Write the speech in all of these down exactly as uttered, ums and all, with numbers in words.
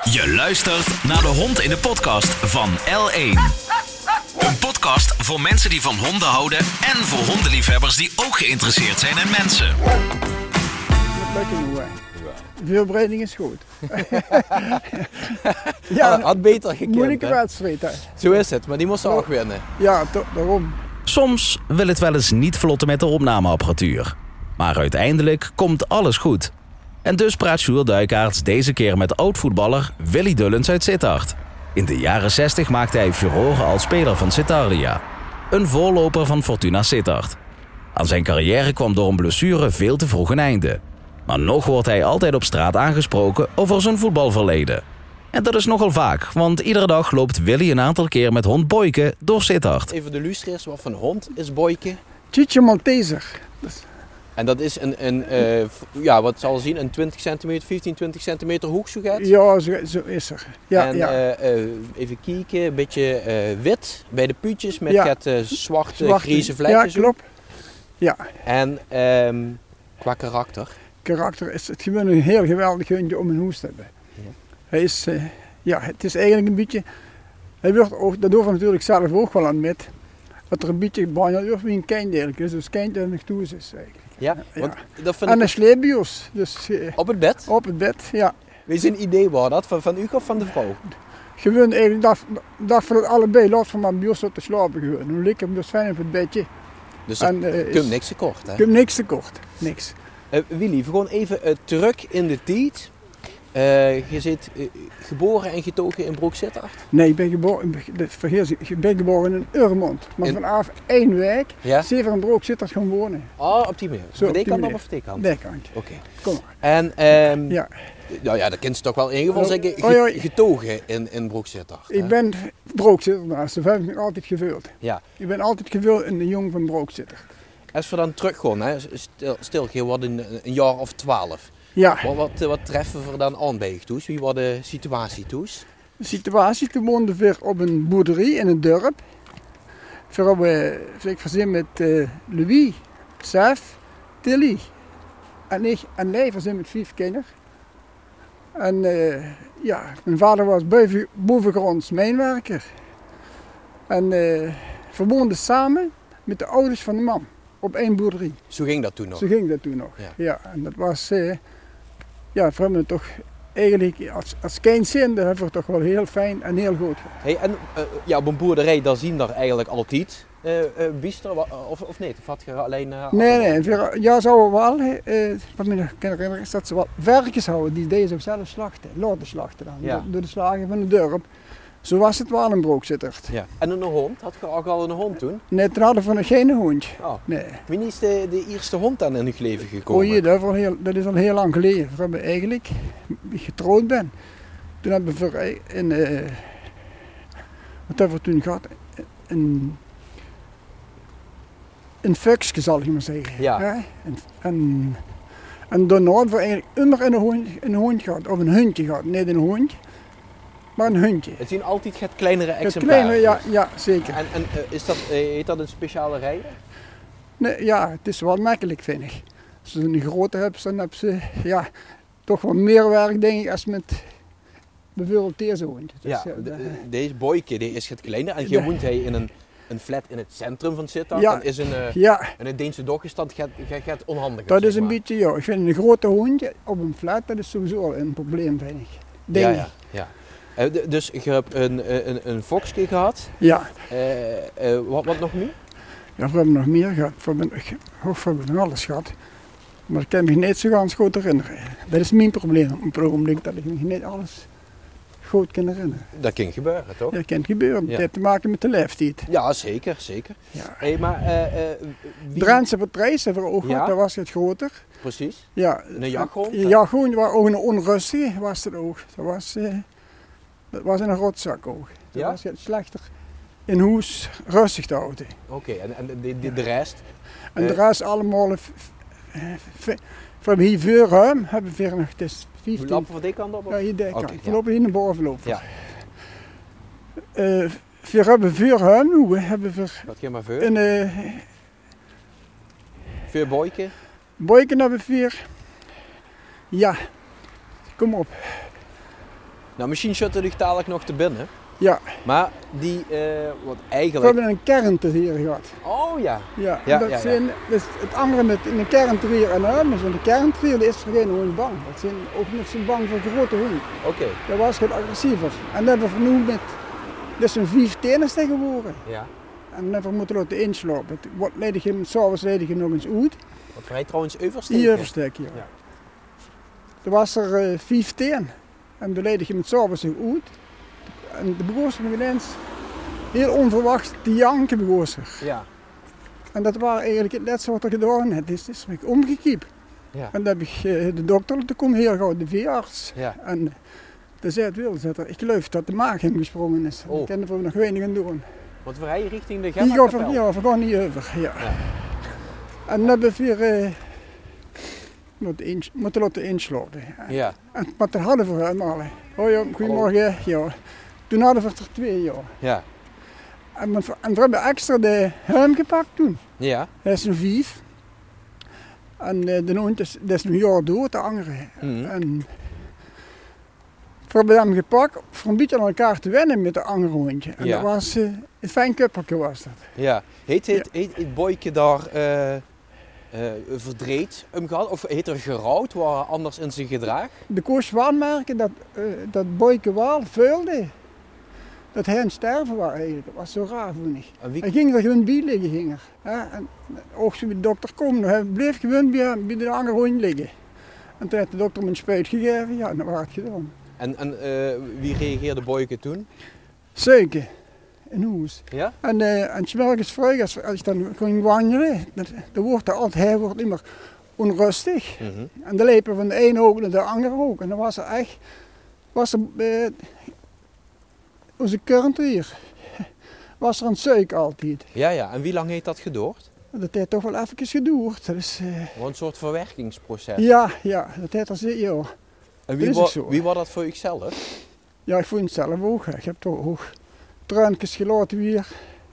Je luistert naar De Hond in de Podcast van L één. Een podcast voor mensen die van honden houden en voor hondenliefhebbers die ook geïnteresseerd zijn in mensen. De veelbreiding is goed. Ja, had beter gekend. Moeilijke hè? wedstrijd. Hè? Zo is het, maar die moest ook winnen. Ja, to- daarom. Soms wil het wel eens niet vlotten met de opnameapparatuur. Maar uiteindelijk komt alles goed. En dus praat Sjoerd Duijkaerts deze keer met oud-voetballer Willy Dullens uit Sittard. In de jaren zestig maakte hij furoren als speler van Sittardia. Een voorloper van Fortuna Sittard. Aan zijn carrière kwam door een blessure veel te vroeg een einde. Maar nog wordt hij altijd op straat aangesproken over zijn voetbalverleden. En dat is nogal vaak, want iedere dag loopt Willy een aantal keer met hond Boyke door Sittard. Even de luisteraars, wat voor een hond is Boyke? Chiche Malteser. Dus, En dat is een, een uh, ja, wat zal zien, een twintig centimeter, vijftien, twintig centimeter hoek zo gaat. ja, zo, zo is er. Ja, en ja. uh, uh, even kijken, een beetje uh, wit bij de puutjes met Ja. het, uh, zwarte, Zwarte- grijze vlekken. Ja, zo. klopt. Ja, En um, qua karakter. karakter is het gewoon een heel geweldig hondje om een hoes te hebben. Ja. Hij is, uh, ja, het is eigenlijk een beetje, hij wordt ook, dat hoeft natuurlijk zelf ook wel aan met, dat er een beetje bijna wordt wie een kind eigenlijk is, dus kind en een toes is eigenlijk. Ja, Ja. want dat vind En ik een sleepbios, dus uh, op het bed. op het bed, ja. Wees een idee waar dat, van, van u of van de vrouw? Gewoon eigenlijk dat, dat voor het allebei, laat van mijn bios op te slapen gewoon. Dan lig ik hem dus fijn op het bedje. Dus er En, uh, komt is- niks tekort, hè? Ik heb niks tekort, niks. Uh, Willy, gewoon even uh, terug in de tijd. Uh, je zit uh, geboren en getogen in Broek Sittard. Nee, ik ben geboren, vergeet je, ik ben geboren in Urmond. Maar In- vanaf één week, Ja? zeven in Broek zit er gewoon wonen. Ah, op die manier. Zo, Van op die die kant manier. of die kant? Nee, kant. Oké. Kom maar. En, ehm Ja, nou ja, dat kind ze toch wel in ieder geval Oh, zeggen, ge- oh, ja. getogen in, in Broek Sittard. hè? ik ben Brookzitter naast, dat heb ik nog altijd gevuld. Ja. Ik ben altijd gevuld in de jong van Brookzitter. Als we dan teruggaan, hè, stil, stil je wordt een, een jaar of twaalf. Ja, Wat, wat, wat treffen we dan aan bij je toes? Wie was de situatie toes? de situatie, toen woonden we op een boerderie in een dorp. We hebben, ik verzin met uh, Louis, Sef, Tilly en ik en Leij verzin met vijf kinderen. En uh, ja, mijn vader was boven, bovengronds mijnwerker. En uh, we woonden samen met de ouders van de man op één boerderie. Zo ging dat toen nog. Zo ging dat toen nog. Ja. Ja, en dat was, uh, ja, we hebben het toch eigenlijk als, als kindszin, dat hebben we het toch wel heel fijn en heel goed gehad. Hey, en uh, ja, op een boerderij, daar zien er eigenlijk altijd uh, uh, biester, wa- of, of niet? Of had je alleen... Uh, Nee, nee, we- ja, zouden we wel, uh, wat me nog kan herinneren, is dat ze wel varkens houden, die deden ze zelf slachten, laten slachten dan, Ja. door, door de slagen van het dorp. Zo was het wel in Brookzittert. Ja. En een hond? Had je ook al een hond toen? Nee, toen hadden we nog geen hondje. Oh. Nee. Wie is de, de eerste hond dan in je leven gekomen? Oh jee, dat, is al heel, dat is al heel lang geleden. We hebben eigenlijk, ik getrouwd ben, toen hebben we in, uh, wat hebben we toen gehad? Een, een fuksje zal ik maar zeggen. Ja. Hè? En, en, en daarna hebben we eigenlijk immer een hond, een hond gehad, of een hondje gehad. Niet een hondje, maar een hondje. Het zien altijd het kleinere Het exemplaren. kleine, ja, ja, zeker. En, en uh, is dat, uh, heet dat een speciale rij? Nee, ja, het is wel makkelijk vind ik. Als ze een grote hebt, dan hebben ze ja, toch wel meer werk denk ik als met bijvoorbeeld deze hond. Dus, Ja, ja, de- de- deze Boyke die is het kleine en je Ja. woont hij in een, een flat in het centrum van Sittard. Ja. En is een, uh, ja, en een Deense doggenstand gaat, gaat, gaat onhandig. dat zeg is een maar. beetje, ja, ik vind een grote hondje op een flat, dat is sowieso al een probleem vind ik. Denk Ja, ik. ja, ja. Uh, d- dus je hebt een, een, een foxje gehad. Ja. Uh, uh, wat, wat nog meer? Ja, we hebben nog meer gehad, we hebben, ik hoop we hebben nog alles gehad. Maar ik kan me niet zo ganz goed herinneren. Dat is mijn probleem op het ogenblik, dat ik me niet alles goed kan herinneren. Dat kan gebeuren, toch? Ja, dat kan gebeuren, Ja. het heeft te maken met de leeftijd. Ja, zeker, zeker. Ja. Hey, maar uh, uh, wie... Drentse Patrijs hebben we ook Ja. gehad, dat was het groter. Precies. Ja, Een jachthond? Een jachthond, was ook een onrustige was het ook. Dat was, uh, dat was een rotzak ook. Dat Ja? was het slechter in huis rustig te houden. Oké, okay, en, en de, de, de rest? En de Uh, rest allemaal, f- f- we hebben hier veel ruim, hebben we nog, het is Hoe vijftien. lopen we die kant op? Ja, hier de kant. Oké, We ja. lopen hier naar boven lopen. Ja. Uh, we hebben veel ruim nu, we hebben we Wat ga maar voor? een uh, Voor Boyke? boyken hebben we vier. Ja, kom op. Nou, misschien schutten jullie dadelijk nog te binnen. Ja. Maar die, uh, wat We eigenlijk... hebben een kernterier gehad. Oh ja. Ja, Ja, dat ja, ja. zijn, dus het andere met in een kernterier en huis, en de kernterier is er geen hond bang. Dat zijn ook niet zo bang voor grote honden. Oké. Okay. Dat was geen agressiever. En dat hebben we vernoemd met, dit is een vijfteners tegenwoordig. Ja. En dan hebben we moeten laten inslopen. Wat leed je, s'avonds leed je nog eens uit. Wat vrij trouwens oversteken. Die oversteek, ja. Ja. Er was er uh, vijftien. En dan leed je met s'avonds uit. En de begonnen me ineens heel onverwacht te janken begonnen zich. Ja. En dat was eigenlijk het laatste wat er gedaan had. Dus is ik omgekiept. Ja. En dan heb ik uh, de dokter laten komen, heel gauw de veearts. Ja. En dan zei het wel, dat er, ik geloof dat de maag hem gesprongen is. Oh. Ik kan er nog weinig aan doen. Want we rijden richting de Die Gemmakapel. gaan, ja, we gaan niet over. Ja. Ja. En dan hebben we weer uh, moeten, ins moeten laten inslopen. Ja. En, maar dat hadden we hem al. Oh ja, goedemorgen. Ja. Toen hadden we er twee jaar. Ja. En, we, en we hebben extra de helm gepakt toen. Ja. Dat is een vijf. En uh, de hond is, dat is een jaar dood, de andere. Mm-hmm. En we hebben hem gepakt voor een beetje aan elkaar te wennen met de andere hondje. En Ja. dat was uh, een fijn kuppertje was dat. Ja. Heet het, ja. heet het boyke daar uh, uh, verdreed hem gehad? Of heet er gerouwd, waar anders in zijn gedrag? De koers waarmerken dat, uh, dat Boyke Waal vuilde. Dat hij aan het sterven was eigenlijk. Dat was zo raar, vond ik. En wie... Hij ging er gewoon bij liggen. Ging er. Ja, en ook zo de dokter kwam, hij bleef gewoon bij, bij de andere hond liggen. En toen had de dokter me een spuit gegeven, ja, en dat was het gedaan. En, en uh, wie reageerde Boyke toen? Suiken in huis. Ja? En, uh, en 's morgens vroeg, als, als ik dan ging wandelen, dan, dan wordt hij altijd, hij wordt immer onrustig. Mm-hmm. En dan liepen we van de ene oog naar de andere oog. En dan was er echt, was er, uh, onze kerntrier, was er een suik altijd. Ja, ja. En wie lang heeft dat geduurd? Dat heeft toch wel even geduurd. Dat is, uh, Gewoon een soort verwerkingsproces. ja, ja, dat heeft er zin, ja. En wie, is wa- ook zo. wie was dat voor jezelf? Ja, ik vond het zelf ook. Ik heb toch ook traantjes gelaten weer.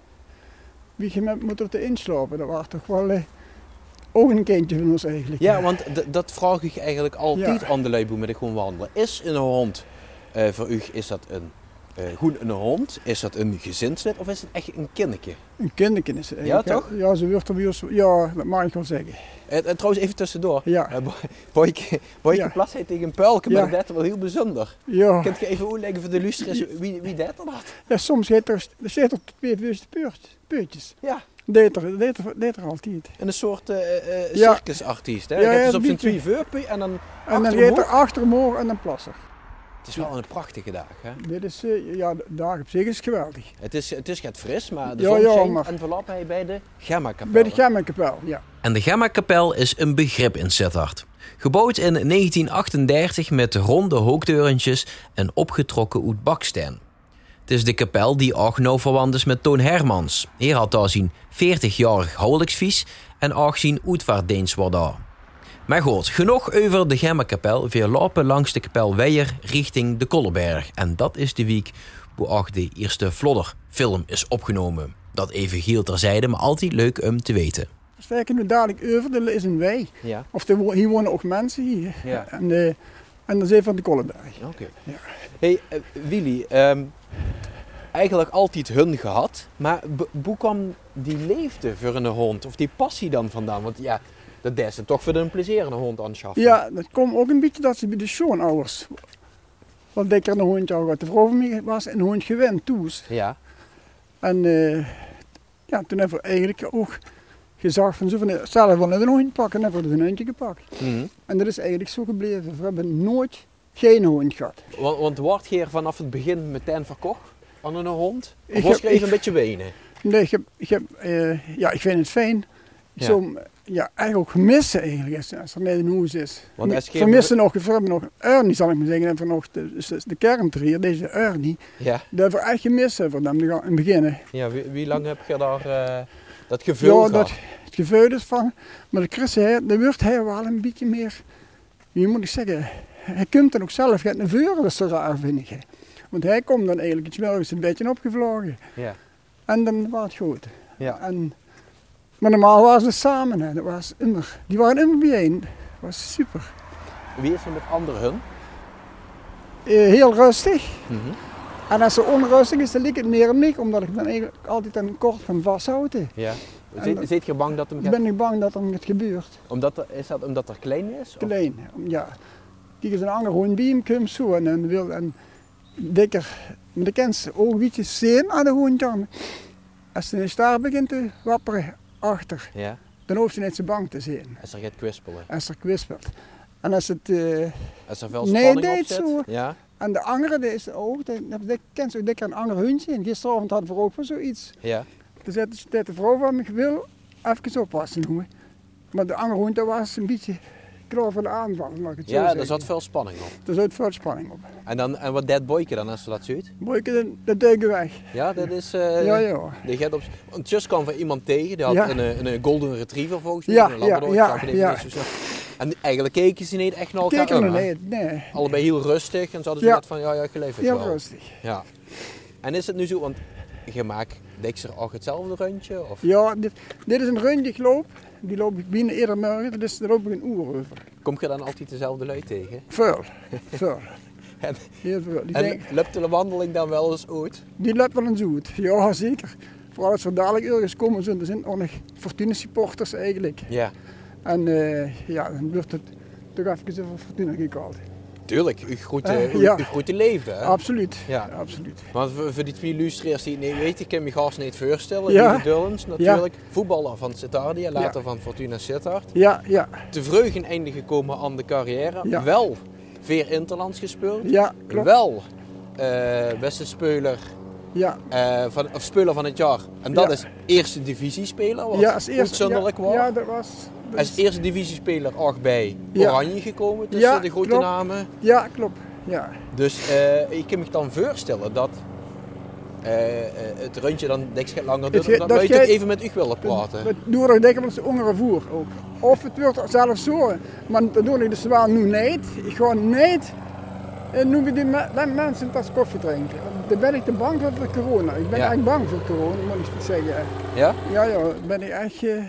Wie je met moet er te inslapen, dat was toch wel uh, ook een kindje van ons eigenlijk. Ja, want d- dat vraag ik eigenlijk altijd Ja. aan de lui met ik gewoon wandelen. Is een hond, uh, voor u, is dat een, uh, gewoon een hond? Is dat een gezinslid of is het echt een kindje? Een kindje is het eigenlijk. Ja, toch? Ja, ze wordt er bij ons, ja, dat mag ik wel zeggen. En, en trouwens, even tussendoor. Ja. Uh, Bo- Boyke, Boyke Ja. Plas heet tegen een puilke, maar Ja. dat is wel heel bijzonder. Ja, Kunt je even uitleggen voor de luisteraars wie, wie deed er dat? ja soms zit er, er zit er twee vuurste peurtjes. Ja, Deed er, deed er, deed er altijd. en een soort uh, uh, Ja. circusartiest. Hè? Ja, Je hebt ja, dus op zijn beetje. twee vurpen en dan En achter dan hem deed er hoog. achter hem hoor en dan plasser. Het is wel een prachtige dag. Hè? Dit is, uh, ja, de dag op zich is geweldig. Het is, het is gaat fris, maar de Ja, zon ja, schijnt maar- en verlap hij bij de Gemmakapel. Bij de Gemmakapel, ja. En de Gemmakapel is een begrip in Sittard. Gebouwd in negentien achtendertig met ronde hoogdeurentjes en opgetrokken uit baksteen. Het is de kapel die ook nauw verwant is met Toon Hermans. Hij had daar zijn veertigjarig huwelijksvies en ook zijn uitvaartdienst wordt daar. Maar goed, genoeg over de Gemmakapel. We lopen langs de kapel Weijer richting de Kolleberg. En dat is de week waar ook de eerste Vlodder-film is opgenomen. Dat even geheel terzijde, maar altijd leuk om te weten. Sterker nu dadelijk over, er is een wei. Ja, Of er, wo- hier wonen ook mensen hier. Ja. En, uh, en dat is even van de Kollenberg. oké. Ja. Hey, uh, Willy, um, eigenlijk altijd hun gehad, maar b- hoe kwam die leefde voor een hond? Of die passie dan vandaan? Want ja, dat deed ze toch voor een plezier een hond aanschaffen. Ja, dat komt ook een beetje dat ze bij de schoonouders wat dikker een hondje al wat de vrouw van mij was en een hond gewend toes. Ja, En uh, ja, toen hebben we eigenlijk ook gezegd van zo van zelf wel een hond pakken en hebben we een hondje gepakt. mhm. En dat is eigenlijk zo gebleven. We hebben nooit geen hond gehad. want, want wordt je er vanaf het begin meteen verkocht aan een hond? Of Ik was heb- je even ik- een beetje wenen? Nee, ik, heb, ik, heb, uh, ja, ik vind het fijn. Ja. Zo, ja, eigenlijk ook gemissen eigenlijk als, als er net een hoes is. Want als je- Vermissen nog, we hebben nog Ernie zal ik maar zeggen, en voor nog de, dus de kerntrier, deze Ernie, Ja, dat hebben we echt gemissen voor hem in het begin. ja wie, wie lang heb je daar uh, dat gevoel Ja, gehad? dat, het gevoel is van, maar de Chris, hij, de wordt hij wel een beetje meer, wie moet ik zeggen, hij komt dan ook zelf gaat naar vuren, dat is zo raar vind ik. Want hij komt dan eigenlijk iets morgens een beetje opgevlogen Ja, en dan was het goed. ja. En, maar normaal waren ze samen, hè. Dat was immer, die waren immer bijeen, dat was super. Wie is er met anderen hun? Uh, heel rustig. Mm-hmm. En als ze onrustig is, dan ligt het neer niet, omdat ik dan eigenlijk altijd een kort van vasthouden. Ja. Zit, zit je bang dat hem gaat... Ben ik bang dat er iets gebeurt. Omdat er, is dat omdat er klein is? Of? Klein, ja. Kijk eens een ander hond bij hem komt zo en dan wil een dikker, maar de kent ze ook een beetje zien aan de hond dan. Als ze een staart begint te wapperen achter, Ja. dan hoeft ze niet zo bang te zijn. Als er gaat kwispelen. Als er kwispelt. En als het uh, Als er veel nee spanning op deed zit. zo. Ja. En de andere die is ook, dat kent ze ook dikker een ander hondje. En gisteravond hadden we ook voor zoiets. Ja. Toen zei de, de vrouw van me, ik wil even oppassen noemen. Maar de andere hond dat was een beetje klaar voor de aanval, mag ik het zo Ja, zeggen. er zat veel spanning op. Er zat veel spanning op. En, dan, en wat deed Boyke dan als ze dat ziet? Boyke, dat duiken weg. Ja, dat is... Uh, Ja, ja. Die gaat op... Want Just kwam van iemand tegen, die had Ja. een, een, een golden retriever volgens mij. Ja, een Labrador, ja, ik zag het even ja. niet zo snel. En eigenlijk keken ze niet echt naar elkaar Kijk er aan, hè? niet, nee. Allebei heel rustig en ze hadden Ja. zoiets van, ja, ja, ik geloof het Heel wel. rustig. Ja. En is het nu zo, want je maakt Dexter ook hetzelfde rondje? Of? Ja, dit, dit is een run die ik loop. Die loop ik binnen iedere morgen, dus daar loop ik een uur over. Kom je dan altijd dezelfde lui tegen? Veel, veel. En, Heel veel. Die, en denk, lukt de wandeling dan wel eens ooit? die loopt wel een zoet. Ja, zeker. Vooral als we dadelijk ergens komen, zijn er zijn ook nog Fortuna supporters eigenlijk. Ja. En uh, ja, dan wordt het toch even over Fortuna gekald. Tuurlijk, u groet, Uh, uh, ja. u groet de leven. Hè? Absoluut. Ja. Absoluut. Want voor, voor die twee luisteraars die het niet weten, ik kan me gast niet voorstellen. Ja. Willy Dullens natuurlijk, voetballer van Sittard, later Ja. van Fortuna Sittard. Ja, ja, Te vreugd een einde gekomen aan de carrière. Ja. Wel vier interlands gespeeld. ja, klopt. Wel uh, beste speler, Ja, uh, van, of speler van het jaar. En dat Ja. is eerste divisiespeler, wat ja, als eerste, uitzonderlijk ja, was. ja, dat was. dat Als is- eerste divisiespeler ook bij Ja. Oranje gekomen tussen Ja, de grote klopt. namen. Ja, klopt. Ja. Dus uh, ik kan me dan voorstellen dat uh, uh, het rondje dan niks gaat langer duurt. Het ge- Dat dat wij gij- toch even met u willen praten. We doen er dikwijls de ongere voer ook. Of het wordt zelfs zo, maar dat doe ik dus wel nu niet. Ik ga niet en nu we die me- die mensen een tas koffie drinken. Dan ben ik te bang voor voor corona. Ik ben Ja. eigenlijk bang voor corona, moet ik zeggen. Ja? Ja, ja, ben ik echt. Uh,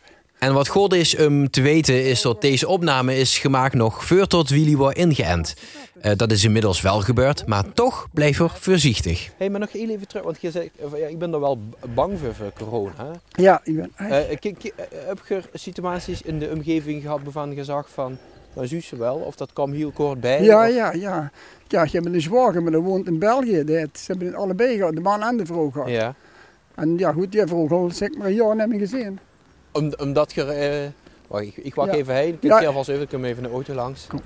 En wat goed is om te weten is dat deze opname is gemaakt nog voor tot Willy wordt ingeënt. Uh, dat is inmiddels wel gebeurd, maar toch blijf er voorzichtig. Hey, maar nog heel even terug, want je zegt, uh, ja, ik ben er wel b- bang voor, voor corona. Hè? ja, ik ben echt. Uh, k- k- uh, heb je situaties in de omgeving gehad waarvan je zag van, nou zie ze wel, of dat kwam heel kort bij? Ja, of... ja, ja. Ja, je hebt een zwager, maar die woont in België. Die heeft- ze hebben het allebei gehad, de man en de vrouw gehad. Ja. En ja, goed, die vrouw al zeg maar een jaar niet meer gezien. Om, omdat je... Uh, wacht, ik, ik wacht Ja. even heen, ik Ja. ja. alvast even, ik kom even de auto langs. Kom.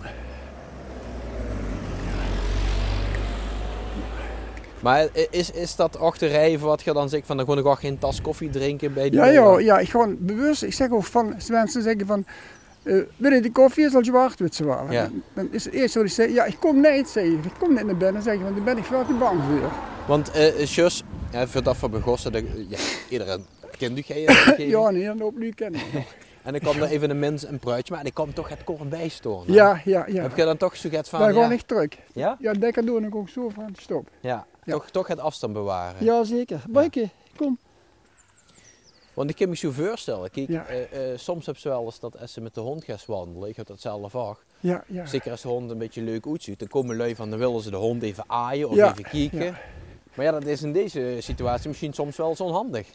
Maar is, is dat achterrijden wat je dan zegt van dan gewoon nog geen tas koffie drinken bij die Ja, ja, middag? ja, ik ga bewust, ik zeg ook van, als mensen zeggen van, uh, wil je die koffie, is al zwart, weet ze wel. Ja. Dan, dan is het eerste wat ik zeg, ja, ik kom niet, zeg ik, ik kom niet naar binnen, zeg ik, want daar ben ik veel te bang voor. Want uh, Sjus, ja, voor dat van begossen, dat, ja, iedereen kent u geen. Ja, nee, dan opnieuw kennen. En dan kwam er even een mens een pruitje, maar die kwam toch het koren bijstoren. hè? Ja, ja, ja. Heb je dan toch zo gehad van, Dan ja, gewoon echt terug. ja? Ja, dekker doen ik ook zo van, stop. Ja, Ja. Toch, toch het afstand bewaren. Ja, zeker. Boyke, kom. Want ik kan me zo voorstellen, kijk, Ja. uh, uh, soms heb ze wel eens dat als ze met de hond gaat wandelen, ik heb dat zelf ook, Ja, ja. zeker als de hond een beetje leuk uitziet, dan komen lui van, dan willen ze de hond even aaien of Ja. even kijken. Ja. Maar ja, dat is in deze situatie misschien soms wel zo onhandig.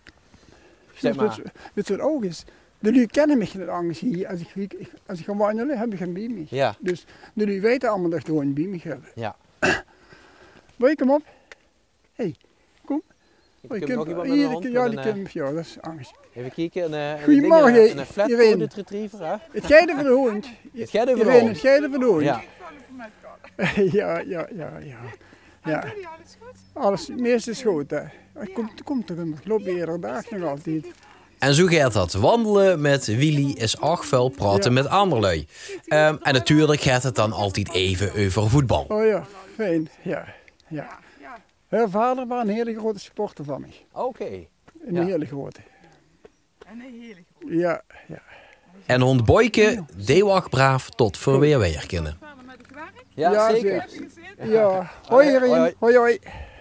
Zeg maar. Weet je- weet je wat ook is? De lui kennen mij niet anders hier. Als ik, ik- als ik ga wandelen, heb ik geen bij me. Ja, Dus de lui weten allemaal dat ik gewoon een bij me heb. ja. Boy, kom op. Hey, kom. Ik Boy, heb kom. nog iemand met Hier, een hond. die- ja, met die een, eh, komt. Ja, dat is angst. even kijken, een, eh, een, Goedemorgen, ding, een, een flat Irene. coated retriever, hè? Het geide van de hond. Het gaat over de Irene, hond. het geide van de hond. Ja. ja, ja, ja, ja. Ja. Alles, het meeste is goed, hè. Het komt, komt er, ik loop iedere dag nog altijd. En zo gaat dat. Wandelen met Willy is ook veel praten Ja. met anderlui. Um, en natuurlijk gaat het dan altijd even over voetbal. Oh ja, fijn. Ja, ja. Haar vader was een hele grote supporter van mij. Oké. Een Ja. hele grote. En een heerlijk. Ja, ja. En hond Boyke, die wacht braaf tot voor weer weer kennen. Vader met het werk. Ja, Ja, zeker. Gezin. Ja. Hoi Hoi, hoi. Irene. Hoi, hoi.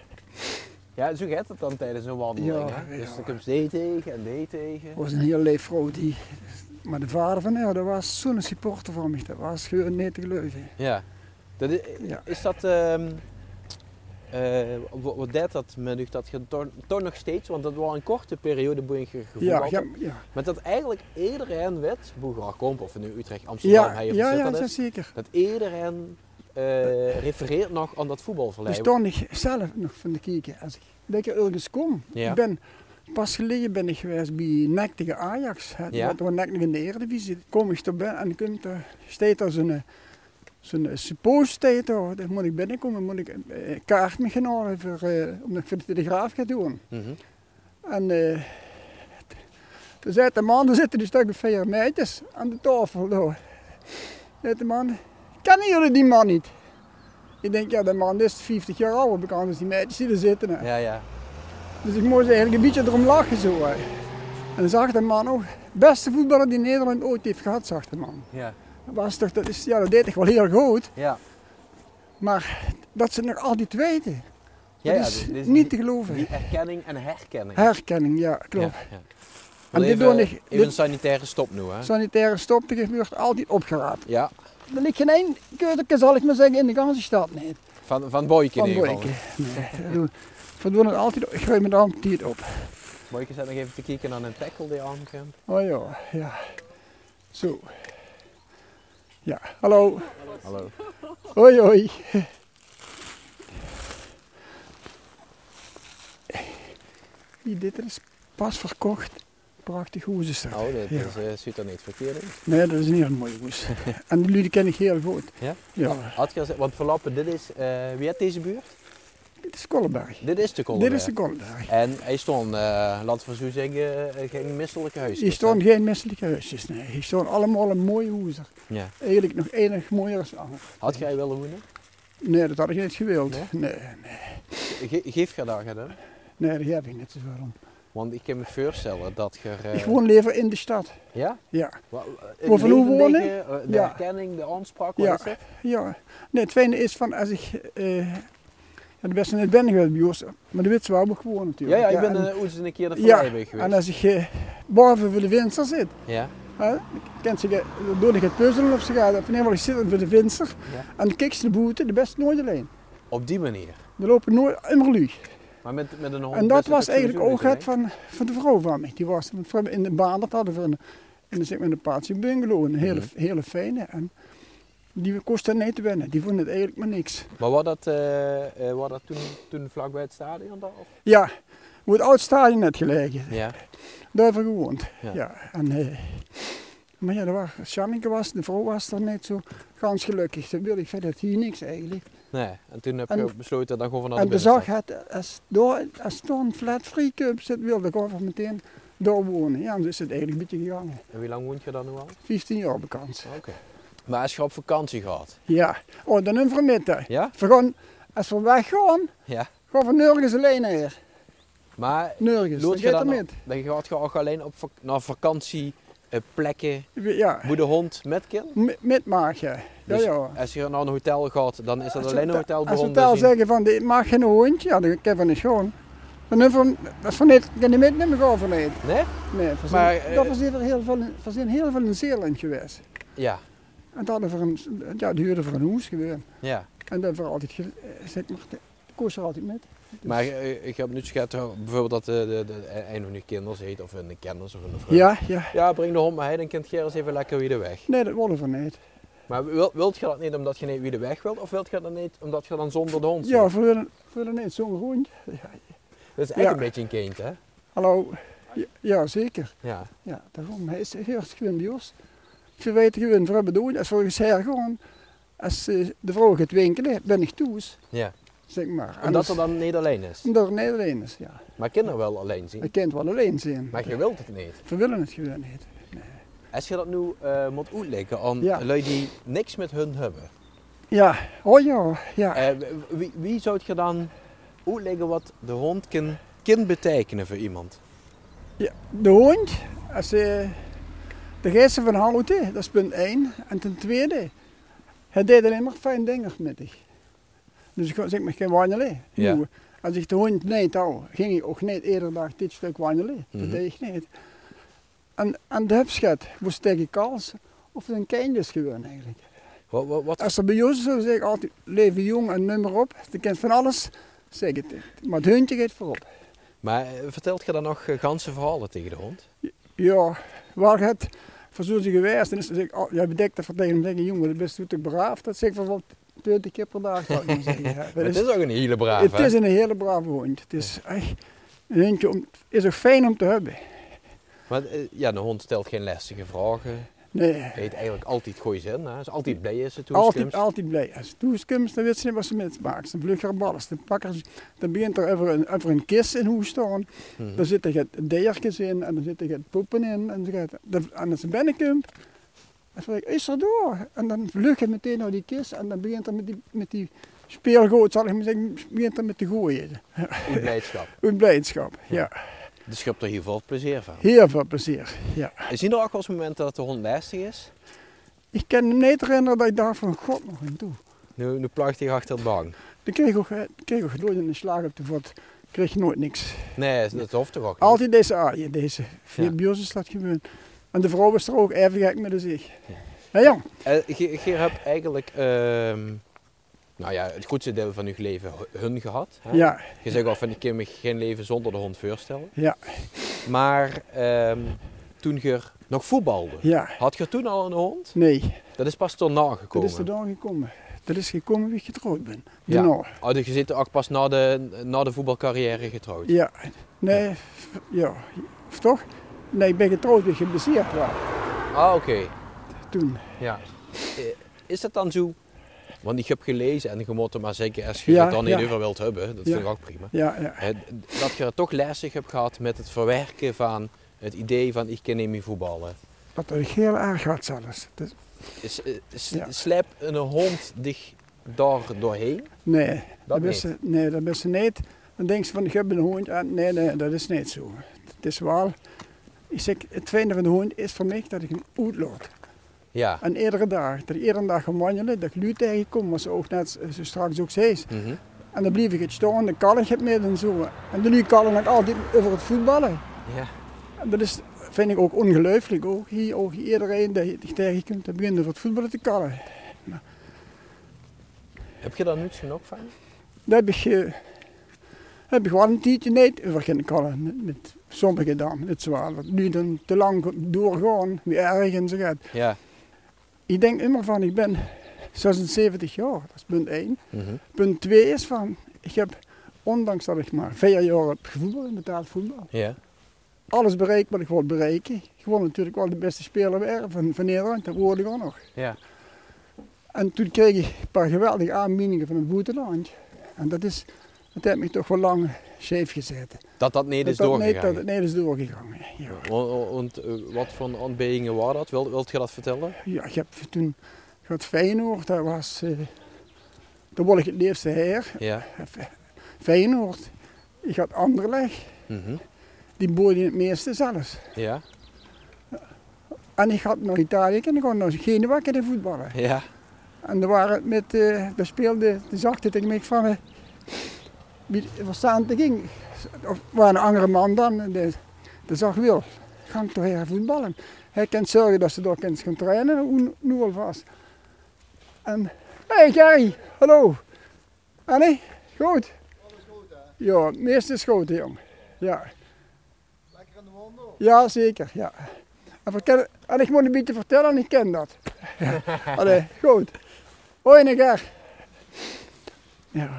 Ja, zo gaat het dan tijdens een wandeling, Ja, hè? Dus ja. dan komt ze die tegen en die tegen. Het was een heel leef vrouw die. Maar de vader van haar, dat was zo'n supporter van mij. Dat was gewoon niet te geloven. Ja. Dat is, Ja. is dat... ehm uh, wat, wat deed dat met u? Dat je toch, toch nog steeds, want dat was een korte periode boeien je gevoetbald. Ja, ja, ja. Maar dat eigenlijk iedereen weet, Boegraag Komp of nu Utrecht, Amsterdam, Ja, hij of ja, ja, dat ja, is, zeker. dat iedereen uh, refereert nog aan dat Dus voetbalverleden. stond ik zelf nog van de kijken. Als ik lekker ergens kom. Ja. Ik ben, pas geleden ben ik geweest bij N E C tegen Ajax. Het Ja. was N E C nog in de Eredivisie. Dan kom ik erbij en dan komt er, staat er zo'n, zo'n suppose staat er. Dan moet ik binnenkomen, moet ik een kaart meegenomen voor, uh, omdat ik voor de Telegraaf ga doen. Mm-hmm. En uh, toen zei de man, er zitten dus toch vier meisjes aan de tafel. Daar. Zei de man, kennen jullie die man niet? Ik denk, ja, de man is vijftig jaar oud, bekend als die meisjes die er zitten. Hè. Ja, ja. Dus ik moest eigenlijk een beetje erom lachen zo. Hè. En dan zag de man ook, beste voetballer die Nederland ooit heeft gehad, zag de man. Ja. Dat was toch, dat, is, ja, dat deed toch wel heel goed, Ja. maar dat ze het nog altijd weten, Ja, dat ja, is dit is niet die- te geloven. Die erkenning en herkenning. Herkenning, ja, klopt. Ja, ja. En dit even, doe ik, even dit een sanitaire stop nu, hè? sanitaire stop wordt altijd opgeraapt. Ja, Er ligt geen één keuterke, zal ik maar zeggen, in de ganse stad. Nee, van, van Boyke in van ieder geval. Boyke. Nee, dat doen- we doen het altijd, ik gooi me er altijd op. Boyke zet nog even te kijken naar een tackle die aankomt. Oh ja, ja. Zo. Ja, hallo. Hallo. Hoi, hoi. Hier, dit is pas verkocht. Prachtig hoes is dat. Oh, dit Ja. is, uh, ziet er niet verkeerd uit. Nee, dat is een heel mooie hoes. En die jullie ken ik heel goed. Ja? Ja, Had je gezegd, want Verlappen, dit is, uh, wie heeft deze buurt? dit is Kollenberg. Dit is de Kolderberg. Dit is de Kollenberg. En hij stond, uh, laten we zo zeggen, uh, geen misselijke huisjes. Hier stonden geen misselijke huisjes, nee. Hier stonden allemaal een mooie hoezen. hè? Ja. Eigenlijk nog enig mooier als de andere. Had jij willen wonen? Nee, dat had ik niet gewild. Nee? Nee, nee, Ge geef je dat gedaan? nee, dat heb ik niet zo waarom. Want ik kan me voorstellen dat je... Uh, Ik woon liever in de stad. Ja? Ja. Wa- het Over hoe levendige, wonen? uh, De Ja. herkenning, de aanspraak, wat Ja. is het? Ja, nee, het fijne is van als ik, uh, ja, de beste net ben geweest bij ons, maar de wit zou ook gewoon Ja, natuurlijk. ja, ik ben en, uh, ooit eens een keer de ja, Vrijweg geweest. en als ik uh, boven voor de venster zit, Ja? hè, kent ze, dan doe ik het puzzelen of ze gaat, of nee, ik zit voor de venster Ja. en dan kijk ze de boete, de beste nooit alleen. Op die manier. Er lopen nooit immer lui. Maar met, met een hond En dat is het was toch eigenlijk ook sowieso het van, van de vrouw van mij. Die was van- in de baan dat hadden we een, in de, zeg maar, een Paatse bungalow, een hele, Mhm. hele fijne. En die kostte niet te winnen, die vonden het eigenlijk maar niks. Maar was dat, uh, uh, was dat toen, toen vlakbij het stadion? Dan, of? Ja, hoe het oud stadion net gelegen. Ja. Daar hebben we gewoond. Ja. Ja. En, eh, maar ja, daar was, Janneke was, de vrouw was er niet zo gans gelukkig. Ze wilde ik verder het hier niks eigenlijk. Nee, en toen heb je En- ook besloten dan gewoon naar de En de zag binnenstad. het, als, door, als er een flat free cup zit, wilde ik over meteen door wonen. Ja, en dus is het eigenlijk een beetje gegaan. En wie lang woont je dan nu al? vijftien jaar bekend. Oké. Maar als je op vakantie gaat? Ja, oh, dan een vermiddag. Ja? We gaan, als we weggaan, Ja. gaan we nergens alleen hier. Maar Nergens, Doet dat je gaat dan er nog- niet. dan gaat je ook alleen op vak naar vakantieplekken Ja, voor de hond met kind? met, met maag, ja. Ja, Dus ja. als je naar een hotel gaat, dan is dat Als alleen een we- hotel voor Als we honden taal zien? zeggen van, dit mag geen hondje, ja, dan kan we niet gewoon. Dan hebben we, dat is van niet, kan niet met me gaan van niet. Nee? Nee, we zijn, Maar, eh, dat was even heel veel, we zijn heel veel in Zeeland geweest. Ja. En dat hadden we een, ja, die huurden voor een hoes gewoon. Ja. En dat we altijd, ge- eh, zeg maar, de koos er altijd met. Dus- Maar eh, ik heb nu schat bijvoorbeeld dat de, de, de, een van je kinders heet, of een kennis of een vrouw. Ja, ja. Ja, breng de hond maar heen, dan kent Gerrit even lekker weer de weg. Nee, dat willen we niet. Maar wil, wilt je dat niet omdat je niet weer de weg wilt, of wilt je dat niet omdat je dan zonder de hond zit? Ja, we willen, we willen niet zo'n hondje. Ja. Dat is echt Ja. een beetje een kind, hè? Hallo. Ja, ja, zeker. Ja. Ja, daarom. Hij is heel gewoon bij ons. Ze weten gewoon wat we doen. Als we her gewoon, als eh, de vrouw gaat winkelen, ben ik thuis. Ja. Zeg maar. Omdat er dan niet alleen is. Omdat er niet alleen is, ja. Maar kinderen wel alleen zien. Je kunt wel alleen zijn. Maar je wilt het niet. We willen het gewoon niet. Als je dat nu uh, moet uitleggen aan Ja. lui die niks met hun hebben. Ja, oh ja, ja. Eh, wie, wie zou je dan uitleggen wat de hond kan, kan betekenen voor iemand? Ja, de hond, als ze de geesten van houten, dat is punt één. En ten tweede, hij deed alleen maar fijn dingen met zich. Dus ik zeg maar geen wandelen. Ja. Nu, als ik de hond niet hou, ging ik ook niet eerder dag dit stuk wandelen. Mhm. Dat deed ik niet. En, en de hupschat moest tegen kals of een kindjes gewoon eigenlijk. Wat, wat, wat? Als er bij ons is, dan zeg ik altijd, leven jong en nummer op. Je kent van alles, zeg het. Maar het hondje gaat voorop. Maar eh, vertelt je dan nog eh, ganse verhalen tegen de hond? Ja, waar het voor zo'n geweest dan is, dan zeg ik, oh, jij bedekt dat voor tegen hem, denk ik, jongen, dat best doet toch braaf. Dat zeg ik bijvoorbeeld twintig keer per dag. Zou ik maar zeggen. Ja, dat Maar het is, is ook een hele brave. het is een hele brave hond. Het is echt een hondje om, is ook fijn om te hebben. Maar eh, ja, de hond stelt geen lastige vragen. Nee. Weet eigenlijk altijd goede zin. Hè? Is altijd blij is het Altijd, altijd blij. Als ze toeskomt, dan weet ze niet wat ze met maakt. Dan vlug haar ballen. Dan, pakken ze, dan begint er even een, even een kist in hoe staan. Hmm. Daar zitten het deertjes in en dan zitten het poepen in. En, zo gaat, dan, en als ze binnenkomt, dan vraag ik, is er door? En dan vlug je meteen naar die kist en dan begint er met die, met die speelgoot, zal ik maar zeggen, begint er met te gooien. Uit blijdschap. Uit blijdschap, ja. Dus je hebt er heel veel plezier van. Heel veel plezier, ja. Zien er ook wel eens momenten dat de hond lastig is? Ik kan me niet herinneren dat ik daar van God nog in doe. Nu, nu plaagt hij achter het bang. Dan kreeg ik ook, kreeg ik ook nooit een slag op de voet. Kreeg je nooit niks. Nee, dat hoeft toch ook niet? Altijd deze aaien, deze. Veel Ja. bios is dat gewoon. En de vrouw is er ook even gek met de zich. Ja. Ja, ja. Uh, je, je hebt eigenlijk ehm, nou ja, het grootste deel van je leven hun gehad. Hè? Ja, Je zegt al van ik kan me geen leven zonder de hond voorstellen. ja, Maar ehm, toen je nog voetbalde, ja. had je toen al een hond? Nee, Dat is pas daarna dat gekomen. is er dan gekomen. Dat is gekomen wie ik getrouwd ben. Ja. Daarna. Oh, dus je zit ook pas na de, na de voetbalcarrière getrouwd? Ja. Nee, ja. Of toch? Nee, ik ben getrouwd toen ik geblesseerd was. Ah, oké. Toen. Ja. Eh, Is dat dan zo? Want ik heb gelezen en je moet het maar zeker als je Ja, het dan niet ja. over wilt hebben, dat Ja. vind ik ook prima. Ja, ja. Hè, dat je er toch lastig hebt gehad met het verwerken van het idee van ik kan niet meer voetballen. Dat heb ik heel erg gehad zelfs. Dat, Is, eh, s- Ja. Sleep een hond dich daar doorheen? nee, dat niet. is ze, nee, dat is ze niet. Dan denk ze van ik heb een hond. En nee, nee, dat is niet zo. Het is wel. Ik zeg, het fijne van de hond is voor mij dat ik hem uitlaat. Ja. En iedere dag, dat ik iedere dag ga wandelen, dat ik lui tegenkom, wat ze ook net zo straks ook zei. Mhm. En dan blijf ik het staan, dan kalk ik het mee en zo. En de lui kallen ik altijd over het voetballen. Ja. En dat is, vind ik ook ongelooflijk. Ook hier, ook iedereen die je tegenkomt, dan begint over het voetballen te kallen. Heb je daar niets genoeg van? Daar heb ik, uh, heb ik wel een tijdje niet over kunnen kallen met, met sommige dames. Het is wel, dat nu dan te lang doorgaan, weer erg en zo gaat. Ja. Ik denk immer van, ik ben zesenzeventig jaar, dat is punt één. Mhm. Punt twee is van, ik heb, ondanks dat ik maar vier jaar heb gevoetbald in betaald voetbal, Ja. alles bereikt wat ik wil bereiken. Ik wil natuurlijk wel de beste speler weer van, van Nederland, dat hoorde ik ook nog. Ja. En toen kreeg ik een paar geweldige aanbiedingen van het buitenland. En dat, is, dat heeft me toch wel lang scheef gezet. Dat dat niet is dat dat doorgegaan. niet, dat het niet is doorgegaan. Ja. Want, want, eh, wat voor aanbiedingen waren dat? Wil, wilt je dat vertellen? Ja, ik heb toen gehad Feyenoord, dat was, uh, daar word ik het liefste heer. Ja. Feyenoord. Ik had Anderlecht, Mhm. die boden het meeste zelfs. Ja. En ik had naar Italië en ik had naar Genua kunnen voetballen. Ja. En daar, waren met, uh, daar speelde, die zag het tegen mij van, uh, wie verstaan te ging. Of waar een andere man dan, en die, die zag wil, ga ik toch hier voetballen. Hij kan zorgen dat ze daar kunnen gaan trainen, hoe nu alvast. En, hé hey Gary, hallo. Annie, goed? Alles goed, hè? Ja, het meeste is goed, jong. Ja. Lekker aan de wandel. Ja, zeker, ja. En, verken, en ik moet een beetje vertellen en ik ken dat. Ja. Allee, goed. Hoi Negar. Ja.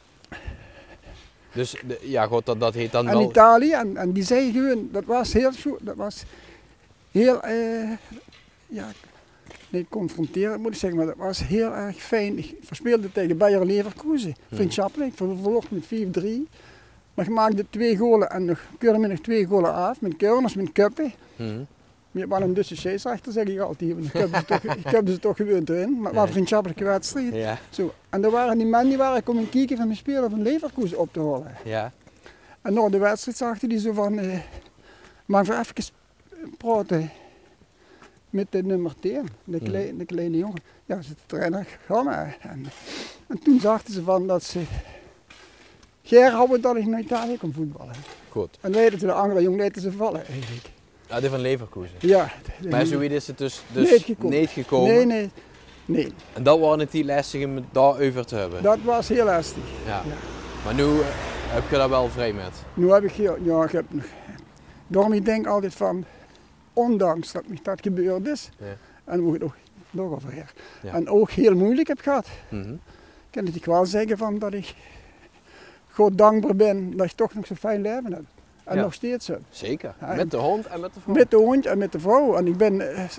Dus de, ja, goed, dat, dat heet dan En wel... Italië, en, en die zei gewoon, dat was heel goed, dat was heel, eh, ja, niet confronterend moet ik zeggen, maar dat was heel erg fijn. Ik verspeelde tegen Bayer Leverkusen, vriendschappelijk, we verloren met vier drie. Maar ik maakte twee golen en nog, keurde me nog twee golen af, met Keurners, met Kuppen. Mhm. Je hebt wel een Duitse scheidsrechter, zeg ik altijd, want ik heb ze toch, ik heb ze toch gewoon erin, maar het was een vriendschappelijke wedstrijd. Ja. Zo. En er waren die mannen die waren komen kijken van de speler van Leverkusen op te halen. Ja. En na de wedstrijd zag hij zo van, eh, mag ik even praten met de nummer tien, de, kleine, de kleine jongen. Ja, ze de trainer, ga maar. En, en toen zagen ze van dat ze Ger hadden dat ik naar Italië kon voetballen. Goed. En weten ze de andere jongen lieten ze vallen eigenlijk. Ah, die van Leverkusen. Ja. Maar zoiets is het dus, dus Niet gekomen. niet gekomen. Nee, nee. Nee, En dat waren het die lastig om het daarover te hebben. dat was heel lastig. Ja. Ja. Maar nu eh, heb je daar wel vrij met. Nu heb ik hier, ja, ik heb nog. Daarom ik denk altijd van, ondanks dat me dat gebeurd is, Ja. en hoe het ook nog over her, Ja. en ook heel moeilijk heb gehad, Mhm. kan ik wel zeggen van dat ik God dankbaar ben dat ik toch nog zo'n fijn leven heb. En Ja. nog steeds heb. Zeker. Ja, Met de hond en met de vrouw. Met de hond en met de vrouw. En ik ben, eh,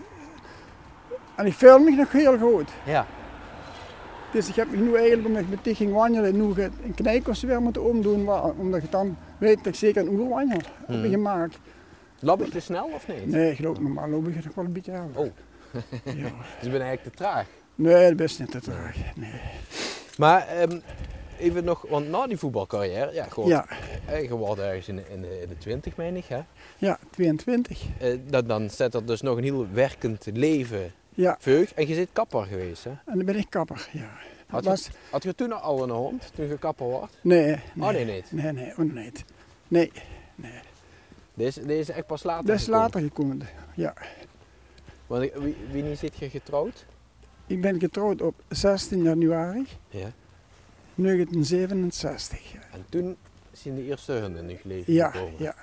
en ik voel me nog heel goed. Ja. Dus ik heb me nu eigenlijk, omdat ik met die ging wandelen, nu een knijkers weer moeten omdoen, waar- omdat ik dan weet dat ik zeker een oerwandel heb Mhm. gemaakt. Lap ik te snel of niet? Nee, ik geloof normaal loop ik nog wel een beetje aan. Oh. Ja. Dus ik ben eigenlijk te traag. Nee, dat is niet te traag. Nee. Maar ehm, even nog, want na die voetbalcarrière, ja, goed. Ja, Eh, je wordt ergens in de, in de, in de twintig, meen ik, hè? ja, tweeëntwintig. Eh, dat, dan zet er dus nog een heel werkend leven Ja, veug. En je zit kapper geweest, hè? en dan ben ik kapper. Ja. Had Dat je, was, had je toen al een hond, toen je kapper was? nee, nee. Oh nee, niet. Nee, nee, oh, nee. Nee, Deze, deze is echt pas later dat is gekomen. later gekomen. Ja. Want ik- wie, wie niet zit je getrouwd? Ik ben getrouwd op zestien januari Ja. negentien zevenenzestig. En toen zijn de eerste hunden in je leven Ja, gekomen. ja,